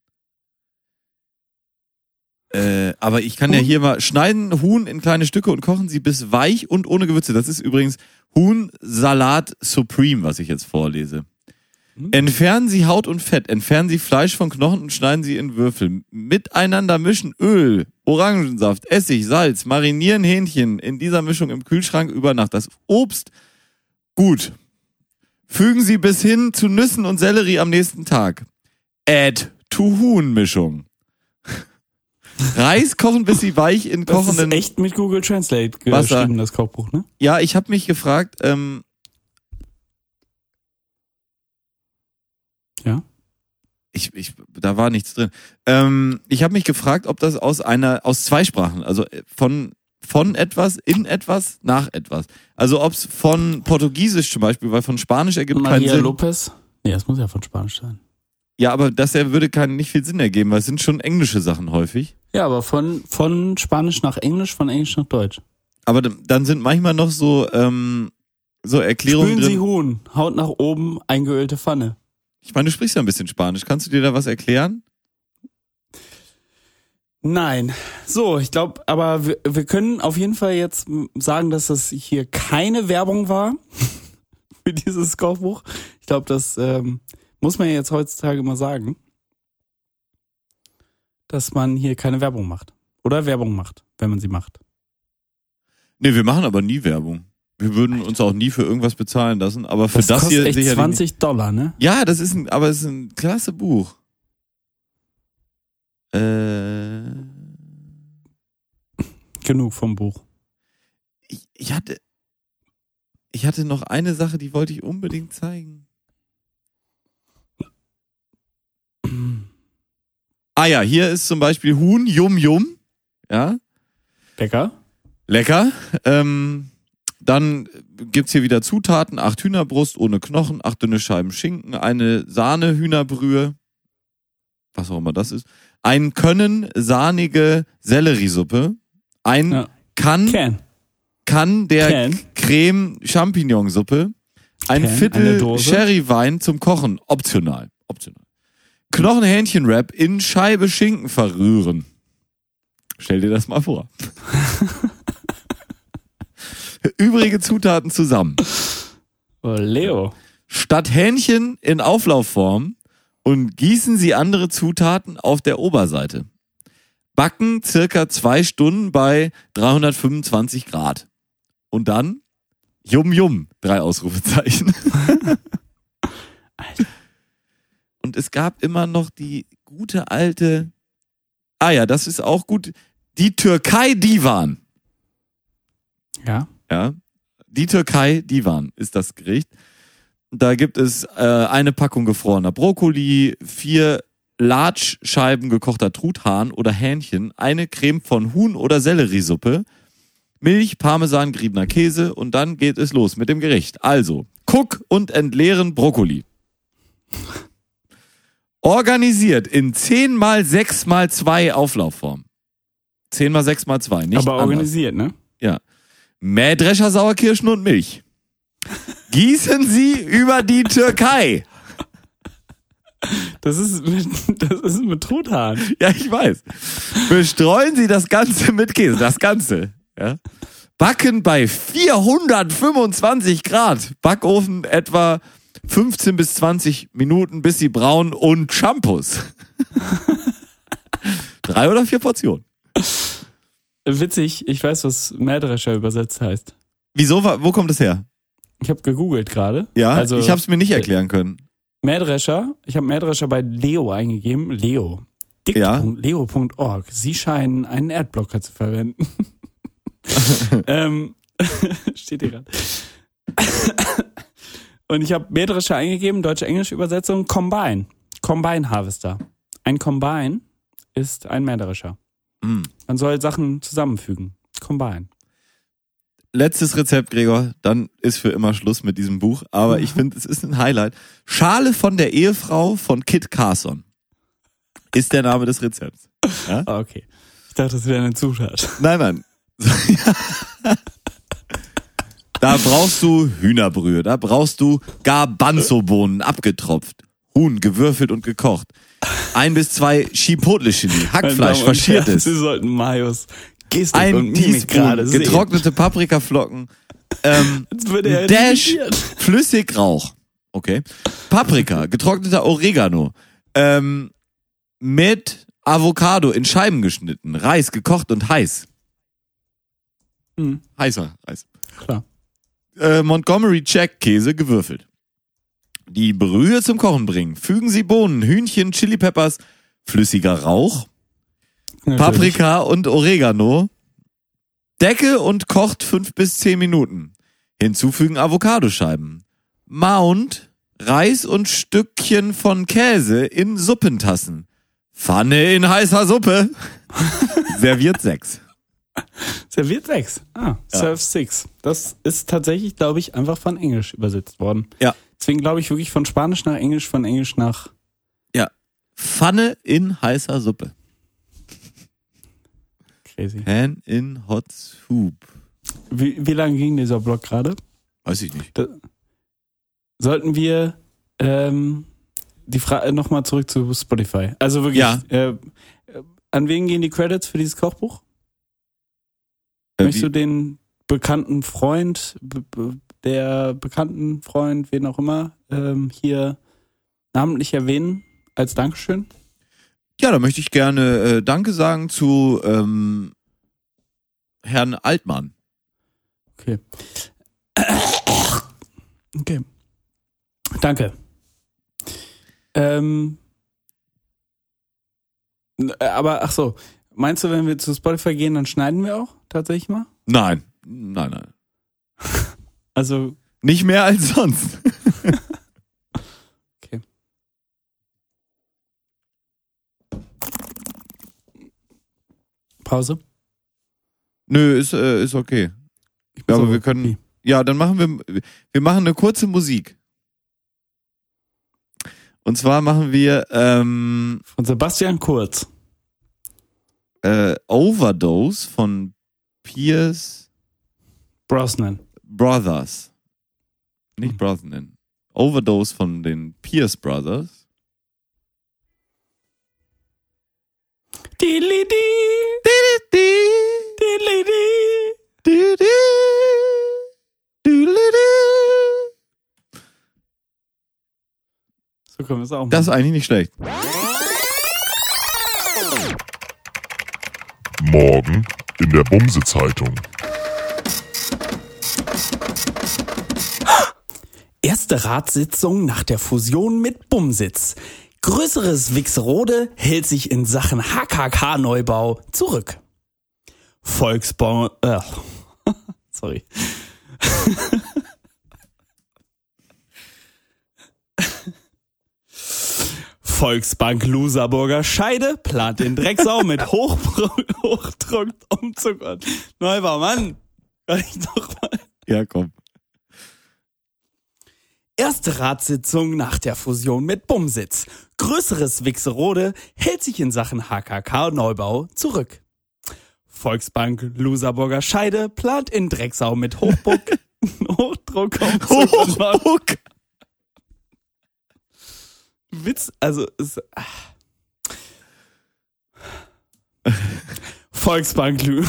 Äh, aber ich kann ja Huhn? hier mal schneiden Huhn in kleine Stücke und kochen sie bis weich und ohne Gewürze. Das ist übrigens Huhnsalat Supreme, was ich jetzt vorlese. Mhm. Entfernen Sie Haut und Fett, entfernen Sie Fleisch von Knochen und schneiden Sie in Würfel. Miteinander mischen Öl, Orangensaft, Essig, Salz, marinieren Hähnchen in dieser Mischung im Kühlschrank über Nacht. Das Obst gut. Fügen Sie bis hin zu Nüssen und Sellerie am nächsten Tag. Add to Huhn-Mischung. Reis kochen, bis sie weich in Das ist kochenden... echt mit Google Translate Wasser. geschrieben, das Kochbuch, ne? Ja, ich habe mich gefragt, ähm, Ja. ich, ich, da war nichts drin. Ähm, ich habe mich gefragt, ob das aus einer, aus zwei Sprachen, also von von etwas, in etwas, nach etwas. Also ob es von Portugiesisch zum Beispiel, weil von Spanisch ergibt keinen Maria Sinn. Lopez. Nee, das muss ja von Spanisch sein. Ja, aber das er würde keinen nicht viel Sinn ergeben, weil es sind schon englische Sachen häufig. Ja, aber von, von Spanisch nach Englisch, von Englisch nach Deutsch. Aber d- dann sind manchmal noch so ähm, so Erklärungen Spülen Sie drin. Huhn, Haut nach oben, eingeölte Pfanne. Ich meine, du sprichst ja ein bisschen Spanisch. Kannst du dir da was erklären? Nein. So, ich glaube, aber wir, wir können auf jeden Fall jetzt sagen, dass das hier keine Werbung war für dieses Kochbuch. Ich glaube, das ähm, muss man ja jetzt heutzutage mal sagen, dass man hier keine Werbung macht. Oder Werbung macht, wenn man sie macht. Nee, wir machen aber nie Werbung. Wir würden uns auch nie für irgendwas bezahlen lassen, aber für Das, das, kostet hier echt sicherlich zwanzig Dollar, ne? nicht. Ja, das ist ein, aber es ist ein klasse Buch. Äh, Genug vom Buch. ich, ich hatte, ich hatte noch eine Sache, die wollte ich unbedingt zeigen. Ah ja, hier ist zum Beispiel Huhn Yum Yum. Ja, Lecker. lecker. Ähm, Dann gibt's hier wieder Zutaten, acht Hühnerbrust ohne Knochen, acht dünne Scheiben Schinken, eine Sahne-Hühnerbrühe, was auch immer das ist, ein Können sahnige Selleriesuppe, ein Ja. Kann, Can. Kann der Can. Creme Champignonsuppe, ein Can, eine Viertel Dose. Sherrywein zum Kochen, optional, optional. Knochenhähnchenwrap in Scheibe Schinken verrühren. Stell dir das mal vor. Übrige Zutaten zusammen. Oh, Leo. Statt Hähnchen in Auflaufform und gießen Sie andere Zutaten auf der Oberseite. Backen circa zwei Stunden bei dreihundertfünfundzwanzig Grad. Und dann Yum Yum, drei Ausrufezeichen. Und es gab immer noch die gute alte, ah ja, das ist auch gut, die Türkei-Divan. Ja. Ja, die Türkei-Divan ist das Gericht. Da gibt es äh, eine Packung gefrorener Brokkoli, vier Latschscheiben gekochter Truthahn oder Hähnchen, eine Creme von Huhn- oder Selleriesuppe, Milch, Parmesan, geriebener Käse und dann geht es los mit dem Gericht. Also, Cook und entleeren Brokkoli. Organisiert in zehn mal sechs mal zwei Auflaufform. zehn mal sechs mal zwei, nicht Aber anders. organisiert, ne? Ja. Mähdrescher, Sauerkirschen und Milch. Gießen Sie über die Türkei. Das ist mit, das ist mit Truthahn. Ja, ich weiß. Bestreuen Sie das Ganze mit Käse. Das Ganze. Ja. Backen bei vierhundertfünfundzwanzig Grad. Backofen etwa fünfzehn bis zwanzig Minuten, bis sie braun und Shampoos. Drei oder vier Portionen. Witzig, ich weiß, was Mähdrescher übersetzt heißt. Wieso? Wo kommt es her? Ich habe gegoogelt gerade. Ja, also, ich habe es mir nicht erklären können. Mähdrescher, ich habe Mähdrescher bei Leo eingegeben. Leo. dict punkt leo punkt org. Sie scheinen einen Adblocker zu verwenden. ähm, steht hier gerade. Und ich habe Mähdrescher eingegeben, deutsche-englische Übersetzung, Combine. Combine Harvester. Ein Combine ist ein Mähdrescher. Mm. Man soll Sachen zusammenfügen. Combine. Letztes Rezept, Gregor, dann ist für immer Schluss mit diesem Buch. Aber ich finde, es ist ein Highlight. Schale von der Ehefrau von Kit Carson ist der Name des Rezepts. Ja? Ah, okay. Ich dachte, das wäre eine Zutat. Nein, nein. Da brauchst du Hühnerbrühe, da brauchst du Garbanzo-Bohnen, abgetropft, Huhn, gewürfelt und gekocht. Ein bis zwei Chipotle-Chili, Hackfleisch, faschiertes. Sie sollten Marius Gestik und Ein Mimik gerade Teaspoon sehen. getrocknete Paprikaflocken, ähm, Jetzt wird er Dash irritiert. Flüssigrauch, okay, Paprika, getrockneter Oregano, ähm, mit Avocado in Scheiben geschnitten, Reis gekocht und heiß. Hm, Heißer Reis. klar. Äh, Montgomery Jack Käse gewürfelt. Die Brühe zum Kochen bringen. Fügen Sie Bohnen, Hühnchen, Chili Peppers, flüssiger Rauch, Natürlich. Paprika und Oregano. Decke und kocht fünf bis zehn Minuten. Hinzufügen Avocadoscheiben. Mount, Reis und Stückchen von Käse in Suppentassen. Pfanne in heißer Suppe. Serviert sechs. Serviert sechs. Ah, Ja. Serve six. Das ist tatsächlich, glaube ich, einfach von Englisch übersetzt worden. Ja. Deswegen glaube ich wirklich von Spanisch nach Englisch, von Englisch nach... Ja. Pfanne in heißer Suppe. Crazy. Pan in hot soup. Wie, wie lange ging dieser Blog gerade? Weiß ich nicht. Da, sollten wir ähm, die Frage nochmal zurück zu Spotify. Also wirklich, Ja. äh, äh, an wen gehen die Credits für dieses Kochbuch? Äh, Möchtest wie- du den bekannten Freund, b- b- der bekannten Freund, wen auch immer, ähm, hier namentlich erwähnen als Dankeschön? Ja, da möchte ich gerne äh, Danke sagen zu ähm, Herrn Altmann. Okay. Okay. Danke. Ähm, aber ach so, meinst du, wenn wir zu Spotify gehen, dann schneiden wir auch tatsächlich mal? Nein, nein, nein. Also, Nicht mehr als sonst. okay. Pause? Nö, ist, äh, ist okay. Ich Ja, muss aber wir können- Pipi. Ja, dann machen wir, wir machen eine kurze Musik. Und zwar machen wir ähm, Von Sebastian Kurz. äh, Overdose von Pierce Brosnan. Brothers. Nicht Hm. Brosnan. Overdose von den Pierce Brothers. Dilidi, dilidi. So können wir es auch machen. Das ist eigentlich nicht schlecht. Morgen in der Bumse-Zeitung. Erste Ratssitzung nach der Fusion mit Bumsitz. Größeres Wixrode hält sich in Sachen H K K-Neubau zurück. Volksbau... Äh, sorry. Volksbank Loserburger Scheide plant in Drecksau mit Hochdruck, Hochdruck Umzug und Neubau. Mann, kann ich doch mal... Ja, komm. Erste Ratssitzung nach der Fusion mit Bumsitz. Größeres Wixerode hält sich in Sachen H K K-Neubau zurück. Volksbank Loserburger Scheide plant in Drecksau mit Hochburg, Hochdruck Umzug und Neubau. Hochdruck. Witz, also es, ach. Volksbank Lü.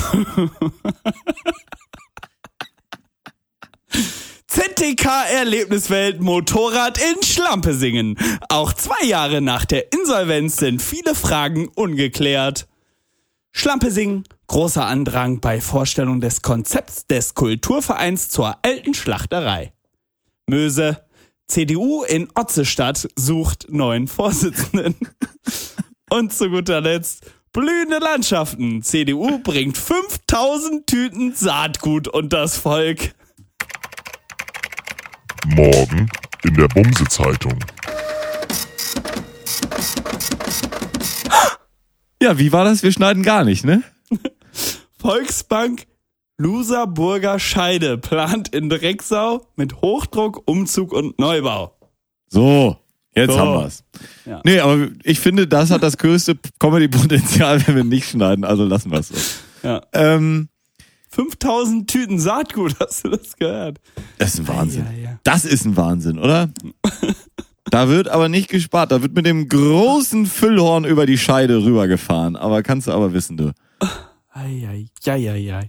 Z T K-Erlebniswelt Motorrad in Schlampe singen. Auch zwei Jahre nach der Insolvenz sind viele Fragen ungeklärt. Schlampe singen, großer Andrang bei Vorstellung des Konzepts des Kulturvereins zur alten Schlachterei. Möse, C D U in Otzestadt sucht neuen Vorsitzenden. Und zu guter Letzt, blühende Landschaften. C D U bringt fünftausend Tüten Saatgut unters Volk. Morgen in der Bumse-Zeitung. Ja, wie war das? Wir schneiden gar nicht, ne? Volksbank Loserburger Scheide plant in Drecksau mit Hochdruck, Umzug und Neubau. So, jetzt So. haben wir's. Ja. Nee, aber ich finde, das hat das größte Comedy-Potenzial, wenn wir nicht schneiden, also lassen wir es so. Ja. Ähm, fünftausend Tüten Saatgut, hast du das gehört? das ist ein Wahnsinn. Ja, ja. Das ist ein Wahnsinn, oder? Da wird aber nicht gespart, da wird mit dem großen Füllhorn über die Scheide rübergefahren, aber kannst du aber wissen, du. Ei, ei, ei, ei, ei.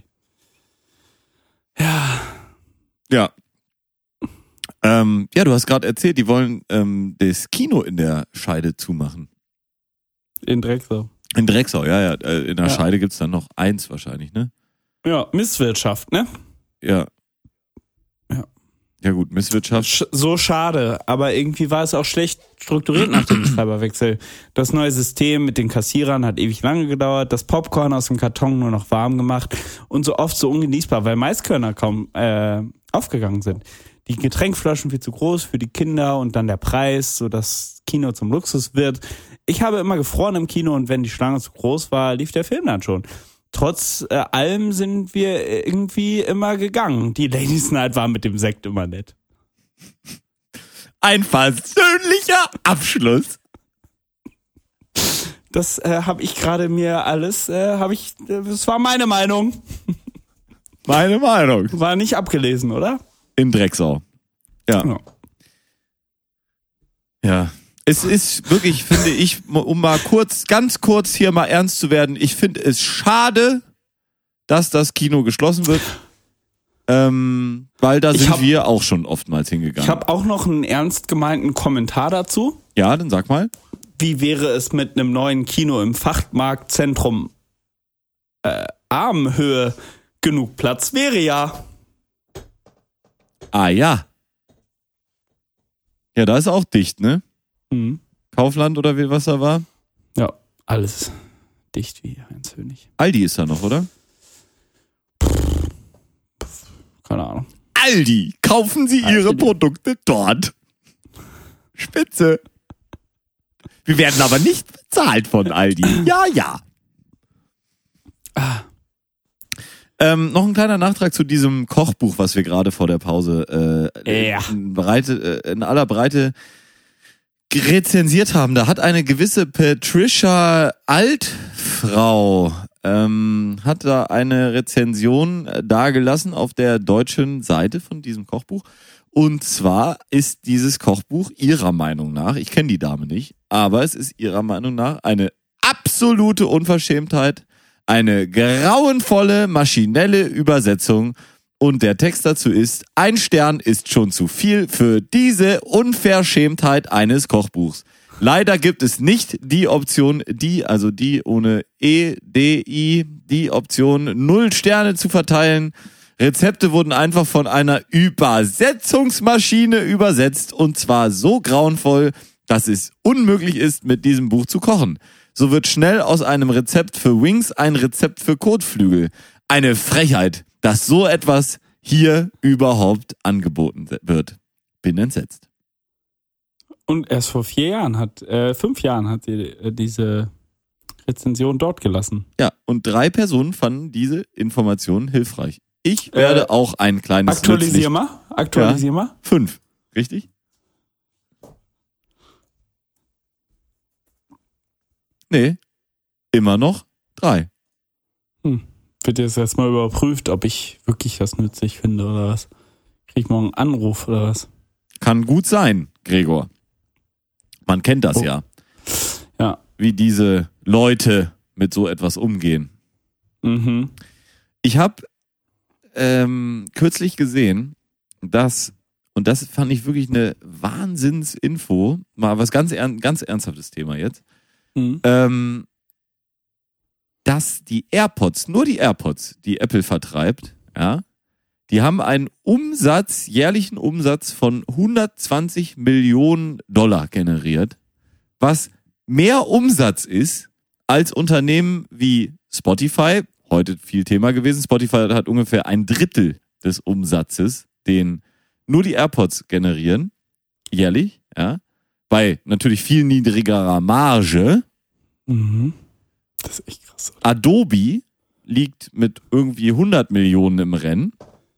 Ja, Ja. Ähm, ja, du hast gerade erzählt, die wollen ähm, das Kino in der Scheide zumachen. in Drecksau. In Drecksau, ja, ja. Äh, In der Ja. Scheide gibt's dann noch eins wahrscheinlich, ne? Ja, Misswirtschaft, ne? Ja. Ja. Ja gut, Misswirtschaft. Sch- so schade, aber irgendwie war es auch schlecht strukturiert nach dem Betreiberwechsel. Das neue System mit den Kassierern hat ewig lange gedauert, das Popcorn aus dem Karton nur noch warm gemacht und so oft so ungenießbar, weil Maiskörner kaum äh, aufgegangen sind. Die Getränkflaschen viel zu groß für die Kinder und dann der Preis, so dass Kino zum Luxus wird. Ich habe immer gefroren im Kino und wenn die Schlange zu groß war, lief der Film dann schon. Trotz äh, allem sind wir irgendwie immer gegangen. Die Ladies Night war mit dem Sekt immer nett. Ein versöhnlicher Abschluss. Das äh, habe ich gerade mir alles, äh, habe ich, äh, das war meine Meinung. Meine Meinung. War nicht abgelesen, oder? In Drecksau. Ja. Ja. Ja. Es ist wirklich, finde ich, um mal kurz, ganz kurz hier mal ernst zu werden, ich finde es schade, dass das Kino geschlossen wird. Ähm, weil da Ich sind hab- wir auch schon oftmals hingegangen. Ich habe auch noch einen ernst gemeinten Kommentar dazu. ja, dann sag mal. Wie wäre es mit einem neuen Kino im Fachmarktzentrum äh, Armenhöhe? Genug Platz wäre ja. Ah ja. Ja, da ist auch dicht, ne? Hm. Kaufland oder wie was da war? Ja, alles dicht wie Heinz Hönig. Aldi ist da noch, oder? Keine Ahnung. Aldi, kaufen Sie Ihre Aldi. Produkte dort. Spitze. Wir werden aber nicht bezahlt von Aldi. Ja, ja. Ah. Ähm, noch ein kleiner Nachtrag zu diesem Kochbuch, was wir gerade vor der Pause äh, Ja. in, Breite, äh, in aller Breite rezensiert haben. Da hat eine gewisse Patricia Altfrau ähm, hat da eine Rezension äh, dargelassen auf der deutschen Seite von diesem Kochbuch. Und zwar ist dieses Kochbuch ihrer Meinung nach, ich kenne die Dame nicht, aber es ist ihrer Meinung nach eine absolute Unverschämtheit, eine grauenvolle maschinelle Übersetzung. Und der Text dazu ist, ein Stern ist schon zu viel für diese Unverschämtheit eines Kochbuchs. Leider gibt es nicht die Option, die, also die ohne E, D, I, die Option, null Sterne zu verteilen. Rezepte wurden einfach von einer Übersetzungsmaschine übersetzt und zwar so grauenvoll, dass es unmöglich ist, mit diesem Buch zu kochen. So wird schnell aus einem Rezept für Wings ein Rezept für Kotflügel. Eine Frechheit, dass so etwas hier überhaupt angeboten wird. Bin entsetzt. Und erst vor vier Jahren hat, äh, fünf Jahren hat sie äh, diese Rezension dort gelassen. Ja, und drei Personen fanden diese Informationen hilfreich. Ich werde Äh, auch ein kleines Aktualisier mal. Aktualisier mal. Fünf, richtig? Nee, immer noch drei. Hm. Wird jetzt erstmal überprüft, ob ich wirklich das nützlich finde oder was. Krieg ich morgen einen Anruf oder was? Kann gut sein, Gregor. Man kennt das Oh. ja. Ja. Wie diese Leute mit so etwas umgehen. Mhm. Ich habe ähm, kürzlich gesehen, dass, und das fand ich wirklich eine Wahnsinnsinfo, mal was ganz, ern, ganz ernsthaftes Thema jetzt, Mhm. ähm, dass die AirPods, nur die AirPods, die Apple vertreibt, ja, die haben einen Umsatz, jährlichen Umsatz von hundertzwanzig Millionen Dollar generiert, was mehr Umsatz ist als Unternehmen wie Spotify, heute viel Thema gewesen. Spotify hat ungefähr ein Drittel des Umsatzes, den nur die AirPods generieren, jährlich, ja, bei natürlich viel niedrigerer Marge. Mhm. Das ist echt krass. Adobe liegt mit irgendwie hundert Millionen im Rennen.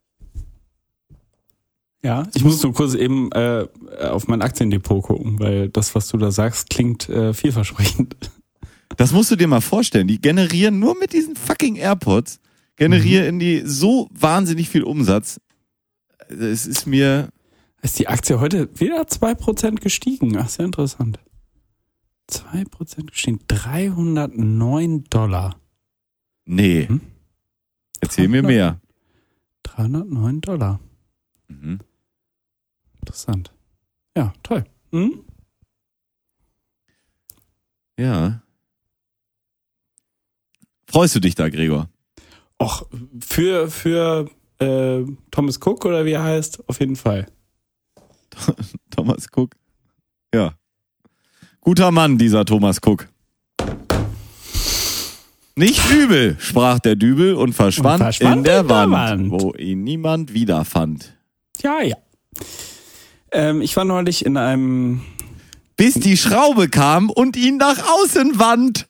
Ja, ich muss nur kurz eben äh, auf mein Aktiendepot gucken, weil das, was du da sagst, klingt äh, vielversprechend. Das musst du dir mal vorstellen. Die generieren nur mit diesen fucking AirPods, generieren die so wahnsinnig viel Umsatz. Es ist mir... Ist die Aktie heute wieder zwei Prozent gestiegen? Ach, sehr interessant. zwei Prozent gestiegen. dreihundertneun Dollar. Nee. Hm? Erzähl mir mehr. dreihundertneun Dollar. Mhm. Interessant. Ja, toll. Hm? Ja. Freust du dich da, Gregor? Och, für, für äh, Thomas Cook oder wie er heißt, auf jeden Fall. Thomas Cook. Ja. Guter Mann, dieser Thomas Cook. Nicht übel, sprach der Dübel und verschwand, Und verschwand in der in der Wand, Wand. wo ihn niemand wiederfand. Ja, ja. Ähm, ich war neulich in einem... Bis die Schraube kam und ihn nach außen wand.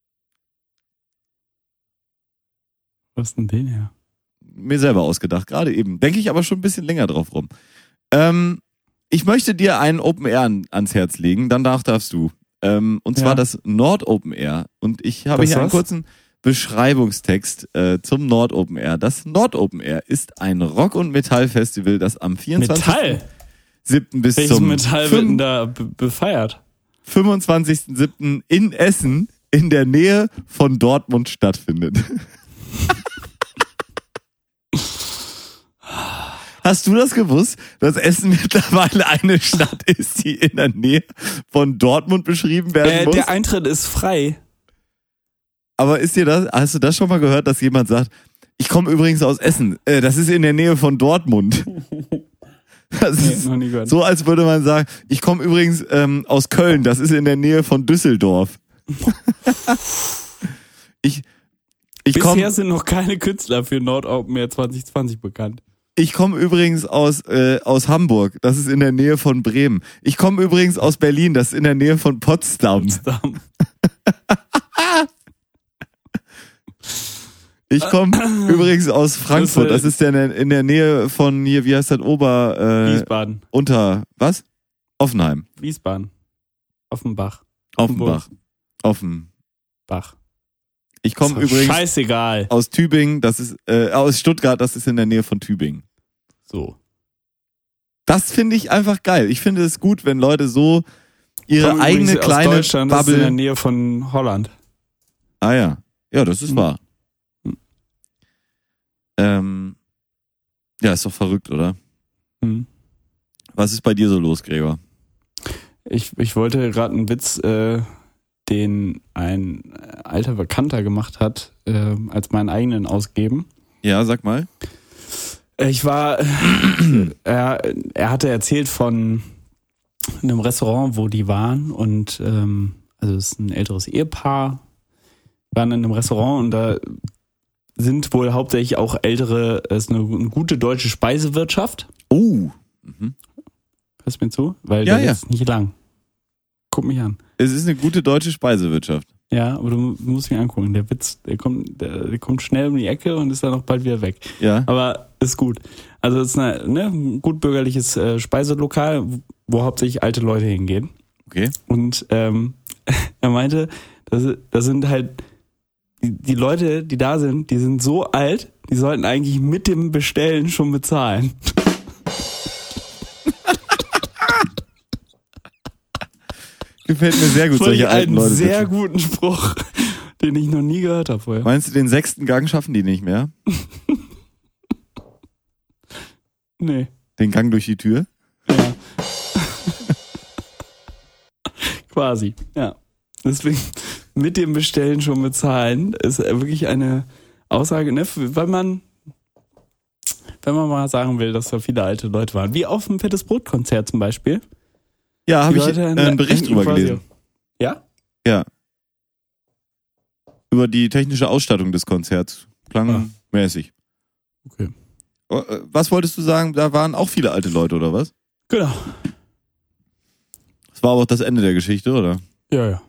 Was ist denn den her? Mir selber ausgedacht, gerade eben. Denke ich aber schon ein bisschen länger drauf rum. Ähm, ich möchte dir einen Open Air an, ans Herz legen, dann darf, darfst du. Ähm, und zwar Ja. das Nord Open Air. Und ich habe Was hier einen was? kurzen Beschreibungstext äh, zum Nord Open Air. Das Nord Open Air ist ein Rock- und Metall-Festival, das am vierundzwanzigsten Metall? siebten bis Welches zum Metall wird denn da be- befeiert? fünfundzwanzigsten siebten in Essen in der Nähe von Dortmund stattfindet. Hast du das gewusst, dass Essen mittlerweile eine Stadt ist, die in der Nähe von Dortmund beschrieben werden Äh, muss? der Eintritt ist frei. Aber ist dir das, hast du das schon mal gehört, dass jemand sagt, ich komme übrigens aus Essen, äh, das ist in der Nähe von Dortmund. Das Nee, ist noch nie gehört. so, als würde man sagen, ich komme übrigens ähm, aus Köln, das ist in der Nähe von Düsseldorf. ich ich Bisher komme sind noch keine Künstler für Nord Open Air zwanzig zwanzig bekannt. ich komme übrigens aus äh, aus Hamburg, das ist in der Nähe von Bremen. Ich komme übrigens aus Berlin, das ist in der Nähe von Potsdam. Potsdam. Ich komme übrigens aus Frankfurt. Das ist ja in der, in der Nähe von hier, wie heißt das, Ober... Äh, Wiesbaden. Unter, was? Offenheim. Wiesbaden. Offenbach. Offenbach. Offenbach. Bach. Ich komme übrigens scheißegal. aus Tübingen, das ist, äh, aus Stuttgart, das ist in der Nähe von Tübingen. So. Das finde ich einfach geil. Ich finde es gut, wenn Leute so ihre Komm eigene übrigens kleine aus Deutschland, Bubble... das ist in der Nähe von Holland. Ah ja. Ja, das ist Hm. wahr. Ähm, ja, ist doch verrückt, oder? Hm. Was ist bei dir so los, Gregor? Ich, ich wollte gerade einen Witz, äh, den ein alter Bekannter gemacht hat, äh, als meinen eigenen ausgeben. Ja, sag mal. Ich war, er, er hatte erzählt von einem Restaurant, wo die waren und ähm, also es ist ein älteres Ehepaar, waren in einem Restaurant und da sind wohl hauptsächlich auch ältere, es ist eine, eine gute deutsche Speisewirtschaft. Oh. Mhm. Hörst du mir zu? Weil Ja, der ja. ist nicht lang. Guck mich an. Es ist eine gute deutsche Speisewirtschaft. Ja, aber du musst mich angucken. Der Witz, der kommt, der, der kommt schnell um die Ecke und ist dann auch bald wieder weg. Ja. Aber ist gut. Also es ist eine, ne, ein gut bürgerliches äh, Speiselokal, wo hauptsächlich alte Leute hingehen. Okay. Und ähm, er meinte, das, das sind halt die, die Leute, die da sind, die sind so alt, die sollten eigentlich mit dem Bestellen schon bezahlen. Gefällt mir sehr gut, Fand solche ich alten einen Leute. sehr sitzen. guten Spruch, den ich noch nie gehört habe vorher. Meinst du, den sechsten Gang schaffen die nicht mehr? Nee. Den Gang durch die Tür? Ja. Quasi, ja. Deswegen mit dem Bestellen schon bezahlen ist wirklich eine Aussage, ne, weil man, wenn man mal sagen will, dass da viele alte Leute waren. Wie auf dem Fettes Brot-Konzert zum Beispiel. Ja, habe Die ich Leute äh, in- einen Bericht in- drüber quasi- gelesen. Ja? Ja. Über die technische Ausstattung des Konzerts. Klang Ah. mäßig. Okay. Oh, äh, Was wolltest du sagen? Da waren auch viele alte Leute, oder was? Genau. Das war aber auch das Ende der Geschichte, oder? Ja, ja.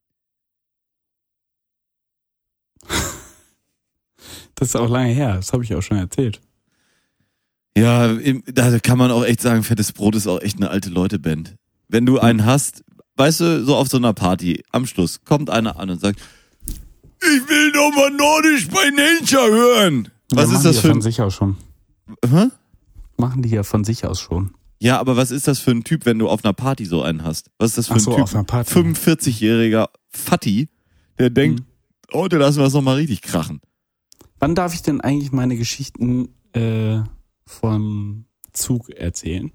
Das ist auch lange her, das habe ich auch schon erzählt. Ja, im- da kann man auch echt sagen, Fettes Brot ist auch echt eine alte Leute-Band. Wenn du einen hast, weißt du, so auf so einer Party, am Schluss kommt einer an und sagt, ich will doch mal Nordisch bei Nature hören. Was Ja, ist machen das die für ja von ein... sich aus schon. Hä? Machen die ja von sich aus schon. Ja, aber was ist das für ein Typ, wenn du auf einer Party so einen hast? Was ist das für Ach ein so, Typ? auf einer Party. fünfundvierzigjähriger Fatti, der denkt, Mhm. heute lassen wir es nochmal richtig krachen. Wann darf ich denn eigentlich meine Geschichten äh, vom Zug erzählen?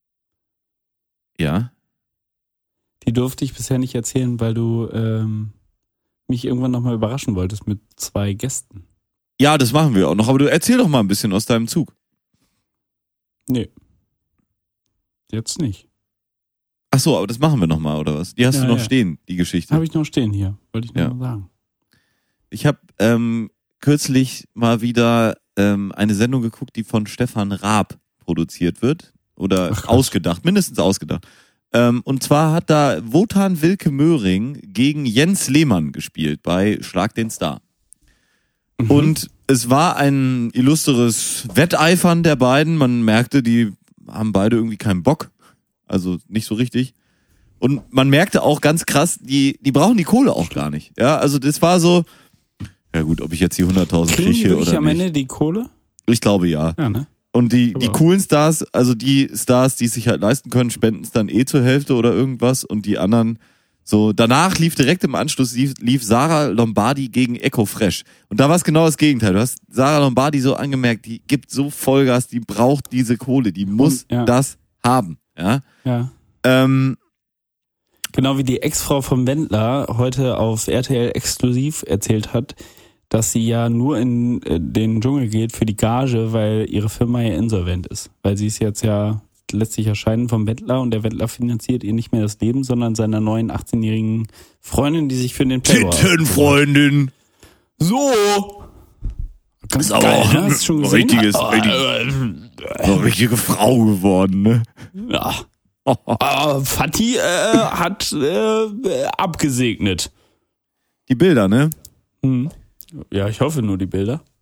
Ja? Die durfte ich bisher nicht erzählen, weil du ähm, mich irgendwann nochmal überraschen wolltest mit zwei Gästen. Ja, das machen wir auch noch, aber du erzähl doch mal ein bisschen aus deinem Zug. Nee. Jetzt nicht. Ach so, aber das machen wir nochmal, oder was? Die hast Ja, du noch ja. stehen, die Geschichte. Habe ich noch stehen hier, wollte ich nur Ja. mal sagen. Ich habe ähm, kürzlich mal wieder ähm, eine Sendung geguckt, die von Stefan Raab produziert wird. Oder Ach, krass. ausgedacht, mindestens ausgedacht. Ähm, und zwar hat da Wotan Wilke Möhring gegen Jens Lehmann gespielt bei Schlag den Star. Mhm. Und es war ein illustres Wetteifern der beiden. Man merkte, die haben beide irgendwie keinen Bock. Also nicht so richtig. Und man merkte auch ganz krass, die, die brauchen die Kohle auch gar nicht. Ja, also das war so, ja gut, ob ich jetzt die hunderttausend Kriegen die kriege wirklich oder am nicht. Ende die Kohle? Ich glaube ja. Ja, ne? Und die, die Aber- coolen Stars, also die Stars, die es sich halt leisten können, spenden es dann eh zur Hälfte oder irgendwas. Und die anderen, so, danach lief direkt im Anschluss, lief, lief Sarah Lombardi gegen Echo Fresh. Und da war es genau das Gegenteil. Du hast Sarah Lombardi so angemerkt, die gibt so Vollgas, die braucht diese Kohle, die muss Und, ja. das haben. Ja. Ja. Ähm, Genau wie die Ex-Frau vom Wendler heute auf R T L exklusiv erzählt hat, dass sie ja nur in äh, den Dschungel geht für die Gage, weil ihre Firma ja insolvent ist. Weil sie ist jetzt ja letztlich erscheinen vom Wendler und der Wendler finanziert ihr nicht mehr das Leben, sondern seiner neuen achtzehnjährigen Freundin, die sich für den Playboy... Tittenfreundin. So! Ganz Ist aber geil, auch ne? Hast du schon ein gesehen? richtiges- Ah, richtig- So eine richtige Frau geworden, ne? Ja. Aber Fatih äh, hat äh, abgesegnet. Die Bilder, ne? Hm. Ja, ich hoffe nur die Bilder.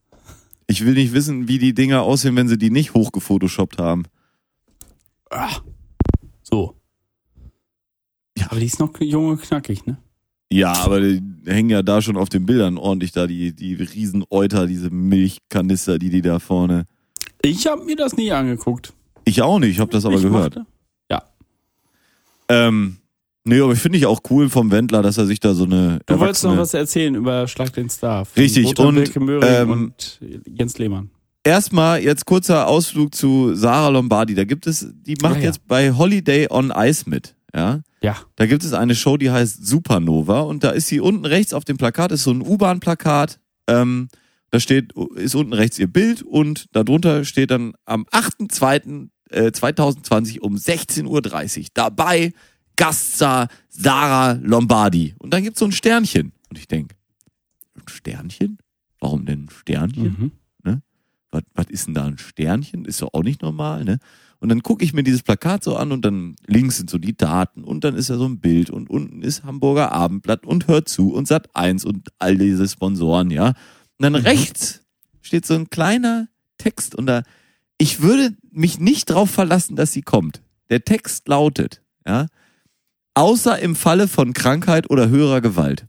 Ich will nicht wissen, wie die Dinger aussehen, wenn sie die nicht hochgefotoshoppt haben. Ah, so. Ja. Aber die ist noch jung und knackig, ne? Ja, aber die hängen ja da schon auf den Bildern ordentlich da, die, die riesen Euter, diese Milchkanister, die die da vorne... Ich habe mir das nie angeguckt. Ich auch nicht, ich habe das aber ich gehört. Mochte. Ja. Ähm, nee, aber finde ich auch cool vom Wendler, dass er sich da so eine Du wolltest noch erwachsene- was erzählen über Schlag den Star. Von Richtig, Lothar und, Wilke Möhring ähm, und Jens Lehmann. Erstmal jetzt kurzer Ausflug zu Sarah Lombardi. Da gibt es, die macht Ah, ja. jetzt bei Holiday on Ice mit. Ja. Ja. Da gibt es eine Show, die heißt Supernova und da ist sie unten rechts auf dem Plakat, ist so ein U-Bahn-Plakat. Ähm, da steht, ist unten rechts ihr Bild und darunter steht dann am achter zweiter zweitausendzwanzig um sechzehn Uhr dreißig dabei Gaststar Sarah Lombardi. Und dann gibt's so ein Sternchen. Und ich denk, ein Sternchen? Warum denn ein Sternchen? Mhm. Ne? Was, was ist denn da ein Sternchen? Ist doch auch nicht normal, ne? Und dann gucke ich mir dieses Plakat so an und dann links sind so die Daten und dann ist da so ein Bild und unten ist Hamburger Abendblatt und Hört zu und Sat eins und all diese Sponsoren, ja. Und dann Mhm. rechts steht so ein kleiner Text und da, ich würde mich nicht drauf verlassen, dass sie kommt. Der Text lautet, ja, außer im Falle von Krankheit oder höherer Gewalt.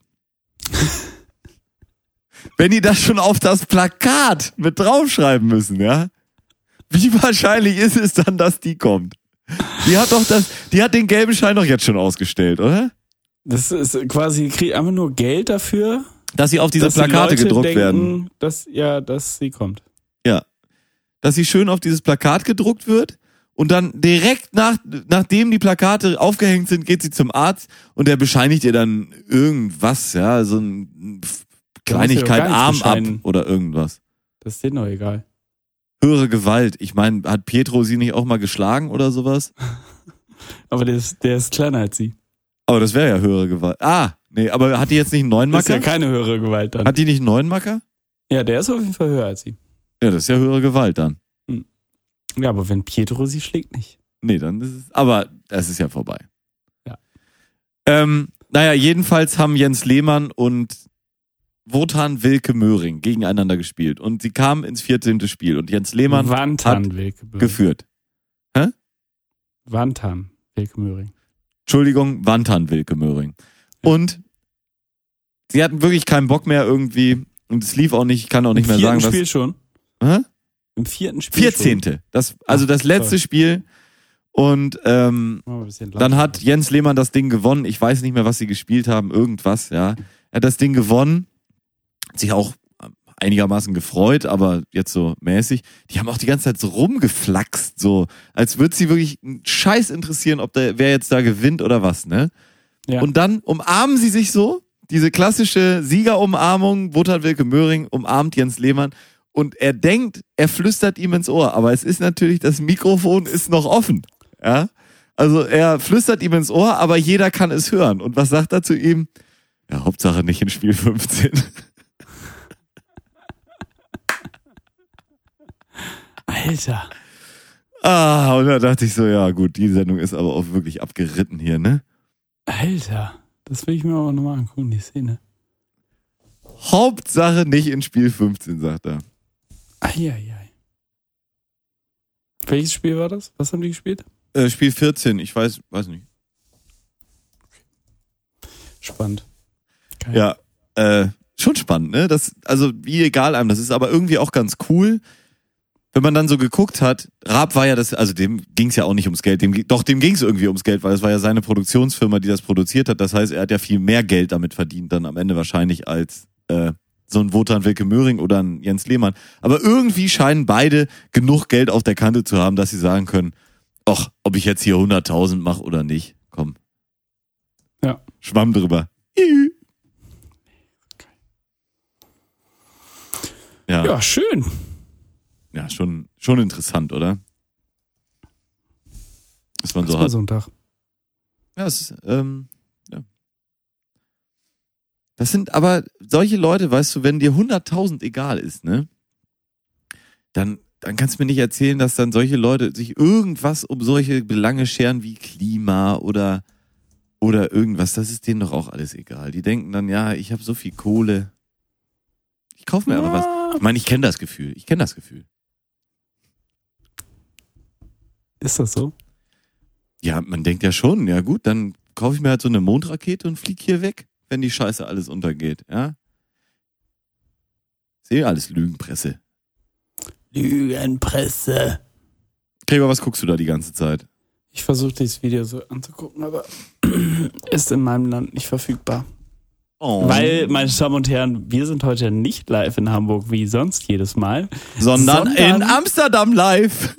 Wenn die das schon auf das Plakat mit draufschreiben müssen, ja, wie wahrscheinlich ist es dann, dass die kommt? Die hat doch das, die hat den gelben Schein doch jetzt schon ausgestellt, oder? Das ist quasi, die kriegt einfach nur Geld dafür, Dass sie auf diese dass Plakate die Leute gedruckt denken, werden. Dass, ja, dass sie kommt. Ja. Dass sie schön auf dieses Plakat gedruckt wird und dann direkt nach, nachdem die Plakate aufgehängt sind, geht sie zum Arzt und der bescheinigt ihr dann irgendwas, ja, so ein Kleinigkeit, gar nichts Arm ab bescheinigen. oder irgendwas. Das ist denen doch egal. Höhere Gewalt. Ich meine, hat Pietro sie nicht auch mal geschlagen oder sowas? Aber der ist, der ist kleiner als sie. Aber das wäre ja höhere Gewalt. Ah, nee, aber hat die jetzt nicht einen neuen Das ist ja Macker? keine höhere Gewalt dann. Hat die nicht einen neuen Macker? Ja, der ist auf jeden Fall höher als sie. Ja, das ist ja höhere Gewalt dann. Ja, aber wenn Pietro sie schlägt, nicht. Nee, dann ist es, aber das ist ja vorbei. Ja. Ähm, naja, jedenfalls haben Jens Lehmann und Wotan Wilke Möhring gegeneinander gespielt und sie kamen ins vierzehnte Spiel und Jens Lehmann Wantan hat Wilke Möhring. geführt. Hä? Wantan Wilke Möhring. Entschuldigung, Wantan Wilke Möhring. Und sie hatten wirklich keinen Bock mehr irgendwie und es lief auch nicht, ich kann auch nicht Im mehr sagen, vierten was... Spiel schon. Hä? Im vierten Spiel vierzehnte Das, also Ach, das letzte sorry. Spiel und ähm, schon. Machen wir ein bisschen dann lauter. hat Jens Lehmann das Ding gewonnen. Ich weiß nicht mehr, was sie gespielt haben. Irgendwas, ja. Er hat das Ding gewonnen. Hat sich auch einigermaßen gefreut, aber jetzt so mäßig. Die haben auch die ganze Zeit so rumgeflaxt, so. Als würde sie wirklich einen Scheiß interessieren, ob der, wer jetzt da gewinnt oder was, ne? Ja. Und dann umarmen sie sich so. Diese klassische Siegerumarmung. Wotan Wilke Möhring umarmt Jens Lehmann. Und er denkt, er flüstert ihm ins Ohr. Aber es ist natürlich, das Mikrofon ist noch offen. Ja? Also er flüstert ihm ins Ohr, aber jeder kann es hören. Und was sagt er zu ihm? Ja, Hauptsache nicht in Spiel fünfzehn. Alter. Ah, und da dachte ich so, ja gut, die Sendung ist aber auch wirklich abgeritten hier, ne? Alter. Das will ich mir aber nochmal angucken, die Szene. Hauptsache nicht in Spiel fünfzehn, sagt er. Eieiei. Welches Spiel war das? Was haben die gespielt? Äh, Spiel vierzehn, ich weiß, weiß nicht. Spannend. Geil. Ja, äh, schon spannend, ne? Das, also wie egal einem, das ist aber irgendwie auch ganz cool, wenn man dann so geguckt hat. Raab war ja das, also dem ging's ja auch nicht ums Geld, dem, doch dem ging's irgendwie ums Geld, weil es war ja seine Produktionsfirma, die das produziert hat. Das heißt, er hat ja viel mehr Geld damit verdient dann am Ende wahrscheinlich als äh, so ein Wotan Wilke Möhring oder ein Jens Lehmann. Aber irgendwie scheinen beide genug Geld auf der Kante zu haben, dass sie sagen können, ach, ob ich jetzt hier hunderttausend mache oder nicht, komm. Ja. Schwamm drüber. Ja, ja, Ja, schön. schon, schon interessant, oder? Dass man Das so war hat. Sonntag. Ja, es ist, ähm, ja. Das sind aber solche Leute, weißt du, wenn dir hunderttausend egal ist, ne? Dann, dann kannst du mir nicht erzählen, dass dann solche Leute sich irgendwas um solche Belange scheren wie Klima oder, oder irgendwas. Das ist denen doch auch alles egal. Die denken dann, ja, ich habe so viel Kohle. Ich kaufe mir Ja. aber was. Ich meine, ich kenne das Gefühl. Ich kenne das Gefühl. Ist das so? Ja, man denkt ja schon, ja gut, dann kaufe ich mir halt so eine Mondrakete und fliege hier weg, wenn die Scheiße alles untergeht, ja? Sehe alles Lügenpresse. Lügenpresse. Gregor, was guckst du da die ganze Zeit? Ich versuche dieses Video so anzugucken, aber ist in meinem Land nicht verfügbar. Oh. Weil, meine Damen und Herren, wir sind heute nicht live in Hamburg wie sonst jedes Mal. Sondern, sondern- in Amsterdam live.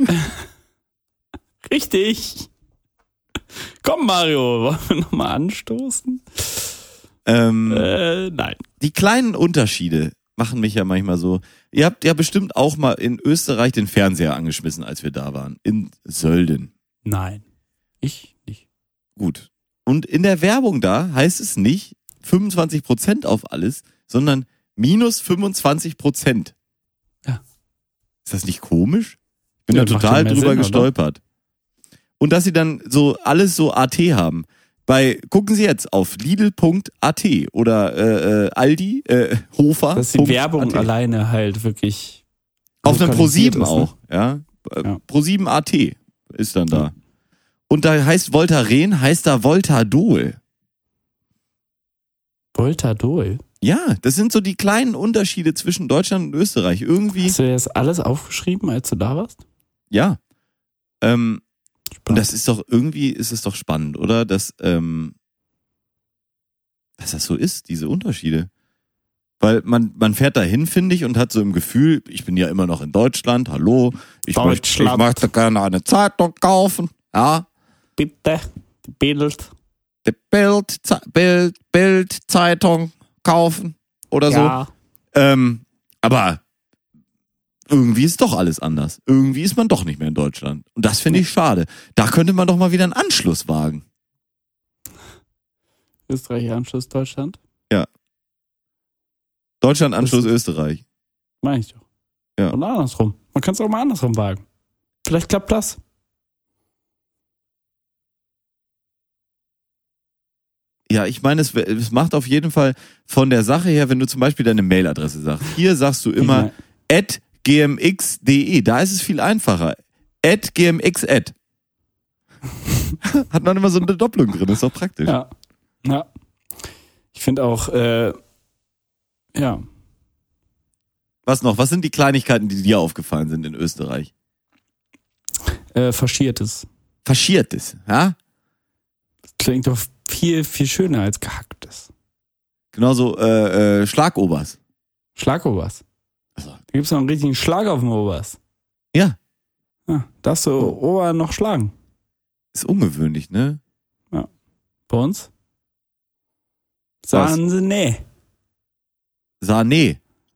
Richtig. Komm, Mario, wollen wir nochmal anstoßen? ähm, Äh, nein. die kleinen Unterschiede machen mich ja manchmal so. Ihr habt ja bestimmt auch mal in Österreich den Fernseher angeschmissen, als wir da waren. In Sölden. Nein. Ich nicht. Gut. Und in der Werbung da heißt es nicht fünfundzwanzig Prozent auf alles, sondern minus fünfundzwanzig Prozent. Ja. Ist das nicht komisch? Ich bin Ja, da macht total ja mehr drüber Sinn, oder? gestolpert. Und dass sie dann so alles so A T haben. Bei, gucken Sie jetzt auf Lidl Punkt A T oder äh, äh, Aldi, äh, Hofer. Dass die Punkt Werbung A T. alleine halt wirklich Auf einem Pro lokalisiert sieben ist, ne? auch, ja. Ja. Pro sieben A T ist dann da. Und da heißt Voltaren, heißt da Voltadol. Voltadol. Ja, das sind so die kleinen Unterschiede zwischen Deutschland und Österreich. Irgendwie, Hast du dir das alles aufgeschrieben, als du da warst? ja. Ähm, und Spannend. das ist doch, irgendwie ist es doch spannend, oder? Dass, ähm, dass das so ist, diese Unterschiede. Weil man, man fährt dahin, finde ich, und hat so im Gefühl, ich bin ja immer noch in Deutschland, hallo, ich, möchte, ich Deutschland. möchte gerne eine Zeitung kaufen, ja. Bitte, Bild. Die Bild, Ze- Bild, Bild, Zeitung kaufen oder so. Ja. Ähm, aber irgendwie ist doch alles anders. Irgendwie ist man doch nicht mehr in Deutschland. Und das finde ich schade. Da könnte man doch mal wieder einen Anschluss wagen. Österreich, Anschluss, Deutschland. Deutschland, Anschluss, Das- Österreich. Meine ich doch. Ja. Und andersrum. Man kann es auch mal andersrum wagen. Vielleicht klappt das. Ja, ich meine, es, es macht auf jeden Fall von der Sache her, wenn du zum Beispiel deine Mailadresse sagst. Hier sagst du immer at gmx punkt de. Da ist es viel einfacher. At gmx at. Hat man immer so eine Doppelung drin, ist doch praktisch. Ja. Ja. Ich finde auch, äh, ja. Was noch? Was sind die Kleinigkeiten, die dir aufgefallen sind in Österreich? Äh, Faschiertes. Faschiertes, ja? Klingt doch viel, viel schöner als gehacktes. Genauso äh, äh, Schlagobers. Schlagobers. Also, Da gibt es noch einen richtigen Schlag auf dem Obers. ja, Ja, darfst du Ober noch schlagen. ist ungewöhnlich, ne? Bei uns? Sagen sie nee. Sahne.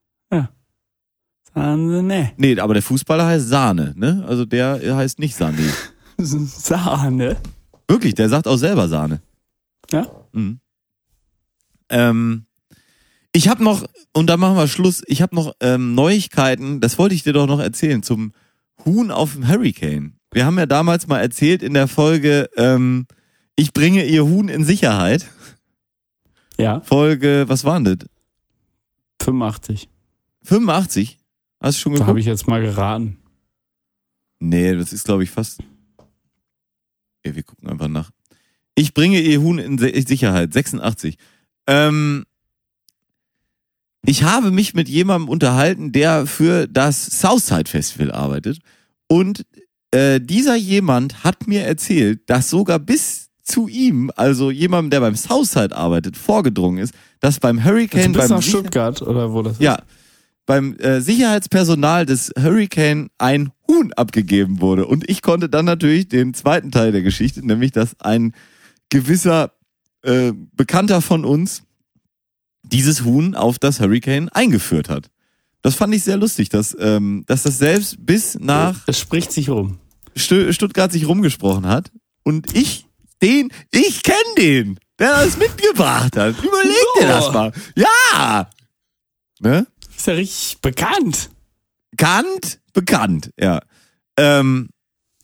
Sagen sie nee. Nee, aber der Fußballer heißt Sahne, ne? Also der heißt nicht Sahne. Sahne. Wirklich, der sagt auch selber Sahne. Ja? Mhm. Ähm, ich habe noch, und dann machen wir Schluss, ich habe noch ähm, Neuigkeiten, das wollte ich dir doch noch erzählen, zum Huhn auf dem Hurricane. Wir haben ja damals mal erzählt in der Folge, ähm, ich bringe ihr Huhn in Sicherheit. Ja, Folge, was war denn das? fünfundachtzig. fünfundachtzig? Hast du schon Da geguckt? habe ich jetzt mal geraten. Nee, das ist, glaube ich, fast. Ja, wir gucken einfach nach. Ich bringe ihr Huhn in Se- Sicherheit. sechsundachtzig. Ähm, ich habe mich mit jemandem unterhalten, der für das Southside Festival arbeitet. Und äh, dieser jemand hat mir erzählt, dass sogar bis zu ihm, also jemandem, der beim Southside arbeitet, vorgedrungen ist, dass beim Hurricane, Du bist beim nach Sicher- Stuttgart oder wo das ist? ja, beim äh, Sicherheitspersonal des Hurricane ein Huhn abgegeben wurde. Und ich konnte dann natürlich den zweiten Teil der Geschichte, nämlich dass ein gewisser äh, Bekannter von uns dieses Huhn auf das Hurricane eingeführt hat. Das fand ich sehr lustig, dass, ähm, dass das selbst bis nach Es spricht sich rum. Stu- Stuttgart sich rumgesprochen hat. Und ich, den, ich kenne den, der das mitgebracht hat. Überleg dir So. das mal. Ja! Ne? Ist ja richtig bekannt. Bekannt, bekannt, ja. Ähm,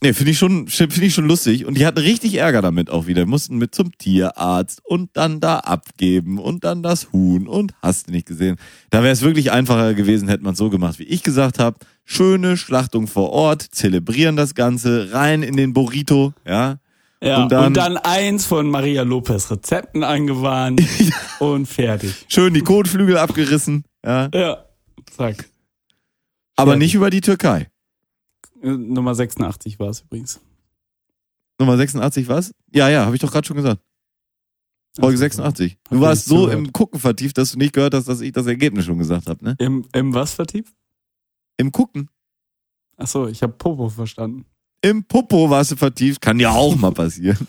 Nee, finde ich schon, finde ich schon lustig. Und die hatten richtig Ärger damit auch wieder. Mussten mit zum Tierarzt und dann da abgeben und dann das Huhn und hast du nicht gesehen. Da wäre es wirklich einfacher gewesen, hätte man es so gemacht, wie ich gesagt habe. Schöne Schlachtung vor Ort, zelebrieren das Ganze, rein in den Burrito, ja. Ja, und, dann, und dann eins von Maria Lopez Rezepten angewandt und fertig. Schön die Kotflügel abgerissen, ja. Ja, zack. Aber fertig. nicht über die Türkei. Nummer sechsundachtzig war es übrigens. Nummer sechsundachtzig was? Ja, ja, habe ich doch gerade schon gesagt. Folge sechsundachtzig. Du Hab warst ich so zugehört. im Gucken vertieft, dass du nicht gehört hast, dass ich das Ergebnis schon gesagt habe, ne? Im, Im was vertieft? Im Gucken. Achso, ich habe Popo verstanden. Im Popo warst du vertieft. Kann ja auch mal passieren.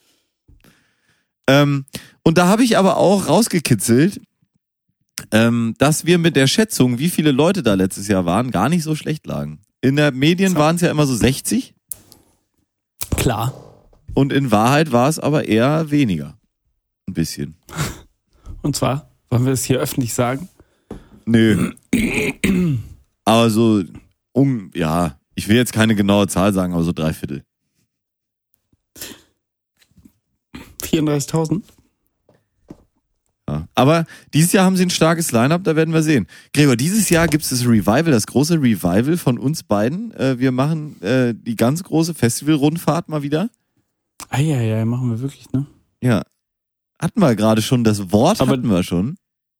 ähm, und da habe ich aber auch rausgekitzelt, ähm, dass wir mit der Schätzung, wie viele Leute da letztes Jahr waren, gar nicht so schlecht lagen. In der Medien So. waren es ja immer so sechzig Klar. und in Wahrheit war es aber eher weniger. Ein bisschen. Und zwar, wollen wir es hier öffentlich sagen? Nö. Aber so, um, ja, ich will jetzt keine genaue Zahl sagen, aber so drei Viertel. vierunddreißigtausend? Ja. Aber dieses Jahr haben sie ein starkes Line-Up, da werden wir sehen. Gregor, dieses Jahr gibt es das Revival, das große Revival von uns beiden. Äh, wir machen äh, die ganz große Festival-Rundfahrt mal wieder. Ah ja, ja, machen wir wirklich, ne? Ja. Hatten wir gerade schon, das Wort Aber- hatten wir schon.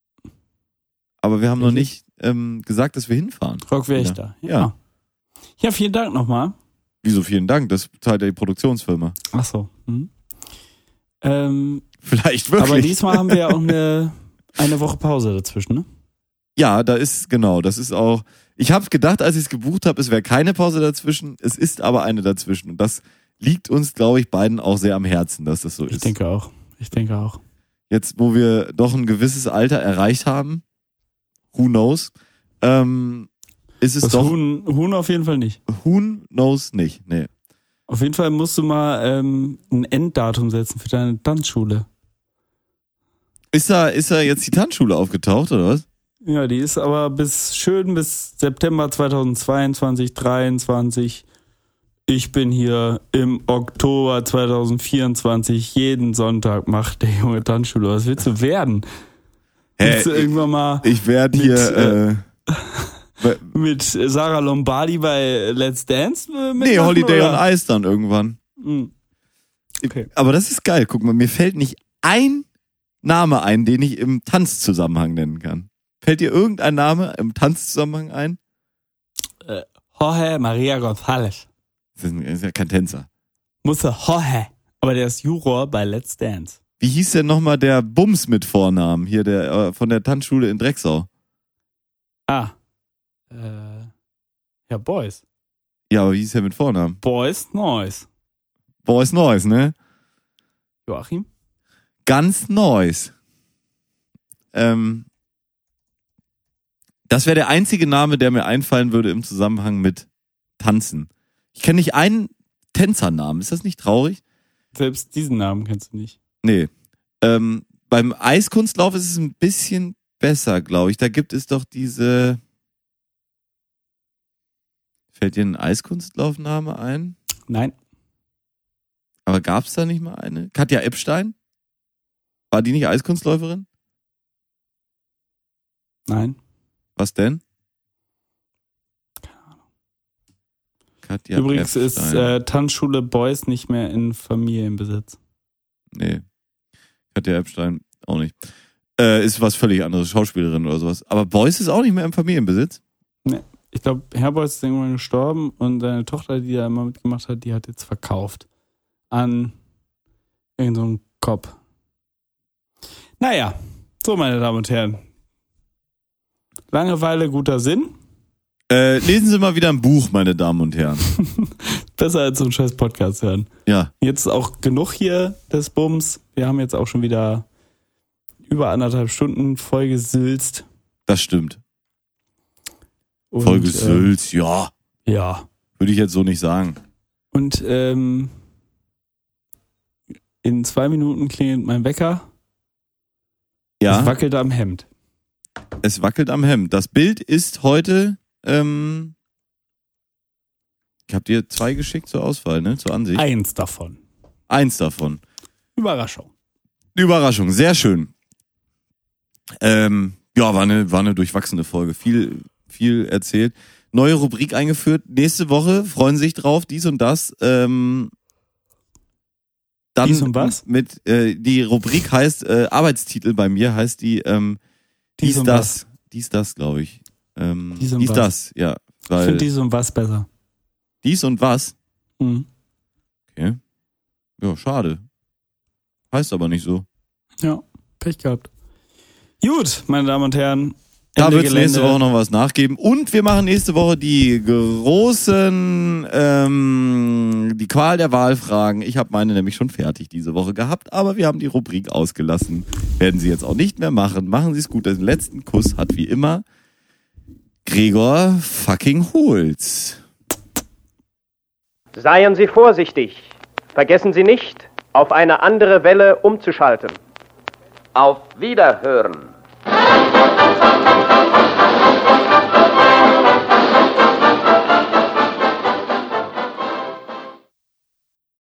Aber wir haben noch nicht ähm, gesagt, dass wir hinfahren. Rock wäre ich Ja. da. Ja. Ja. Ja, vielen Dank nochmal. Wieso vielen Dank, das zahlt ja die Produktionsfirma. Ach so. Mhm. Ähm, Vielleicht wirklich. aber diesmal haben wir ja auch eine, eine Woche Pause dazwischen, ne? Ja, da ist, genau, das ist auch, ich habe gedacht, als ich es gebucht habe, es wäre keine Pause dazwischen, es ist aber eine dazwischen und das liegt uns, glaube ich, beiden auch sehr am Herzen, dass das so Ich ist. denke auch. Ich denke auch. Jetzt, wo wir doch ein gewisses Alter erreicht haben, who knows, ähm, ist es Das doch, Huhn, Huhn auf jeden Fall nicht. who knows nicht, nee. Auf jeden Fall musst du mal ähm, ein Enddatum setzen für deine Tanzschule. Ist da, ist da jetzt die Tanzschule aufgetaucht, oder was? Ja, die ist aber bis schön bis September zweitausendzweiundzwanzig, dreiundzwanzig. Ich bin hier im Oktober zweitausendvierundzwanzig. Jeden Sonntag macht der Junge Tanzschule. Was willst du werden? Hä, willst du ich- irgendwann mal Ich werde Mit, hier, äh, äh, bei- mit Sarah Lombardi bei Let's Dance äh, mitmachen? nee, Holiday oder? on Ice dann irgendwann. Hm. Okay. Aber das ist geil. Guck mal, mir fällt nicht ein Name ein, den ich im Tanzzusammenhang nennen kann. Fällt dir irgendein Name im Tanzzusammenhang ein? Äh, Jorge Maria González. Das ist, ein- das ist ja kein Tänzer. Musste Jorge. Aber der ist Juror bei Let's Dance. Wie hieß denn nochmal der Bums mit Vornamen? Hier, der äh, von der Tanzschule in Drecksau. Ah. Äh, ja, Boys. Ja, aber wie hieß der mit Vornamen? Boys Noise. Boys Noise, ne? Joachim? Ganz Noise. Ähm, das wäre der einzige Name, der mir einfallen würde im Zusammenhang mit Tanzen. Ich kenne nicht einen Tänzernamen. Ist das nicht traurig? Selbst diesen Namen kennst du nicht. Nee. Ähm, beim Eiskunstlauf ist es ein bisschen besser, glaube ich. Da gibt es doch diese. Fällt dir ein Eiskunstlaufname ein? Nein. Aber gab es da nicht mal eine? Katja Epstein? War die nicht Eiskunstläuferin? Nein. Was denn? Katja Übrigens ist Epstein. äh, Tanzschule Boys nicht mehr in Familienbesitz. Nee. Katja Epstein auch nicht. Äh, ist was völlig anderes, Schauspielerin oder sowas. Aber Beuys ist auch nicht mehr im Familienbesitz. Ich glaube, Herr Boys ist irgendwann gestorben und seine Tochter, die da immer mitgemacht hat, die hat jetzt verkauft. An irgendeinen Kopf. Naja, so meine Damen und Herren. Langeweile, guter Sinn. Äh, lesen Sie mal wieder ein Buch, meine Damen und Herren. Besser als so einen scheiß Podcast hören. Ja. Jetzt auch genug hier des Bums. Wir haben jetzt auch schon wieder über anderthalb Stunden vollgesülzt. Das stimmt. Und, Folge Sülz, ja. Äh, ja. Würde ich jetzt so nicht sagen. Und ähm, in zwei Minuten klingelt mein Wecker. Ja, Es wackelt am Hemd. es wackelt am Hemd. Das Bild ist heute ähm, Ich habe dir zwei geschickt zur Auswahl, ne? Zur Ansicht. Eins davon. Eins davon. Überraschung. Überraschung, sehr schön. Ähm, ja, war eine, war eine durchwachsene Folge. Viel, viel erzählt. Neue Rubrik eingeführt. Nächste Woche freuen sich drauf, dies und das. Ähm, dann dies und was? Mit, äh, die Rubrik heißt, äh, Arbeitstitel bei mir heißt die, ähm, dies, dies und das. was. Dies, das, glaube ich. Ähm, dies und dies was. das, ja. Weil Ich finde dies und was besser. dies und was? Mhm. Okay. Ja, schade. Heißt aber nicht so. Ja, Pech gehabt. Gut, meine Damen und Herren. Da Ende wird es nächste Gelände. Woche noch was nachgeben. Und wir machen nächste Woche die großen, ähm, die Qual der Wahlfragen. Ich habe meine nämlich schon fertig diese Woche gehabt, aber wir haben die Rubrik ausgelassen. Werden Sie jetzt auch nicht mehr machen. Machen Sie es gut. Den letzten Kuss hat wie immer Gregor fucking Holz. Seien Sie vorsichtig. Vergessen Sie nicht, auf eine andere Welle umzuschalten. Auf Wiederhören.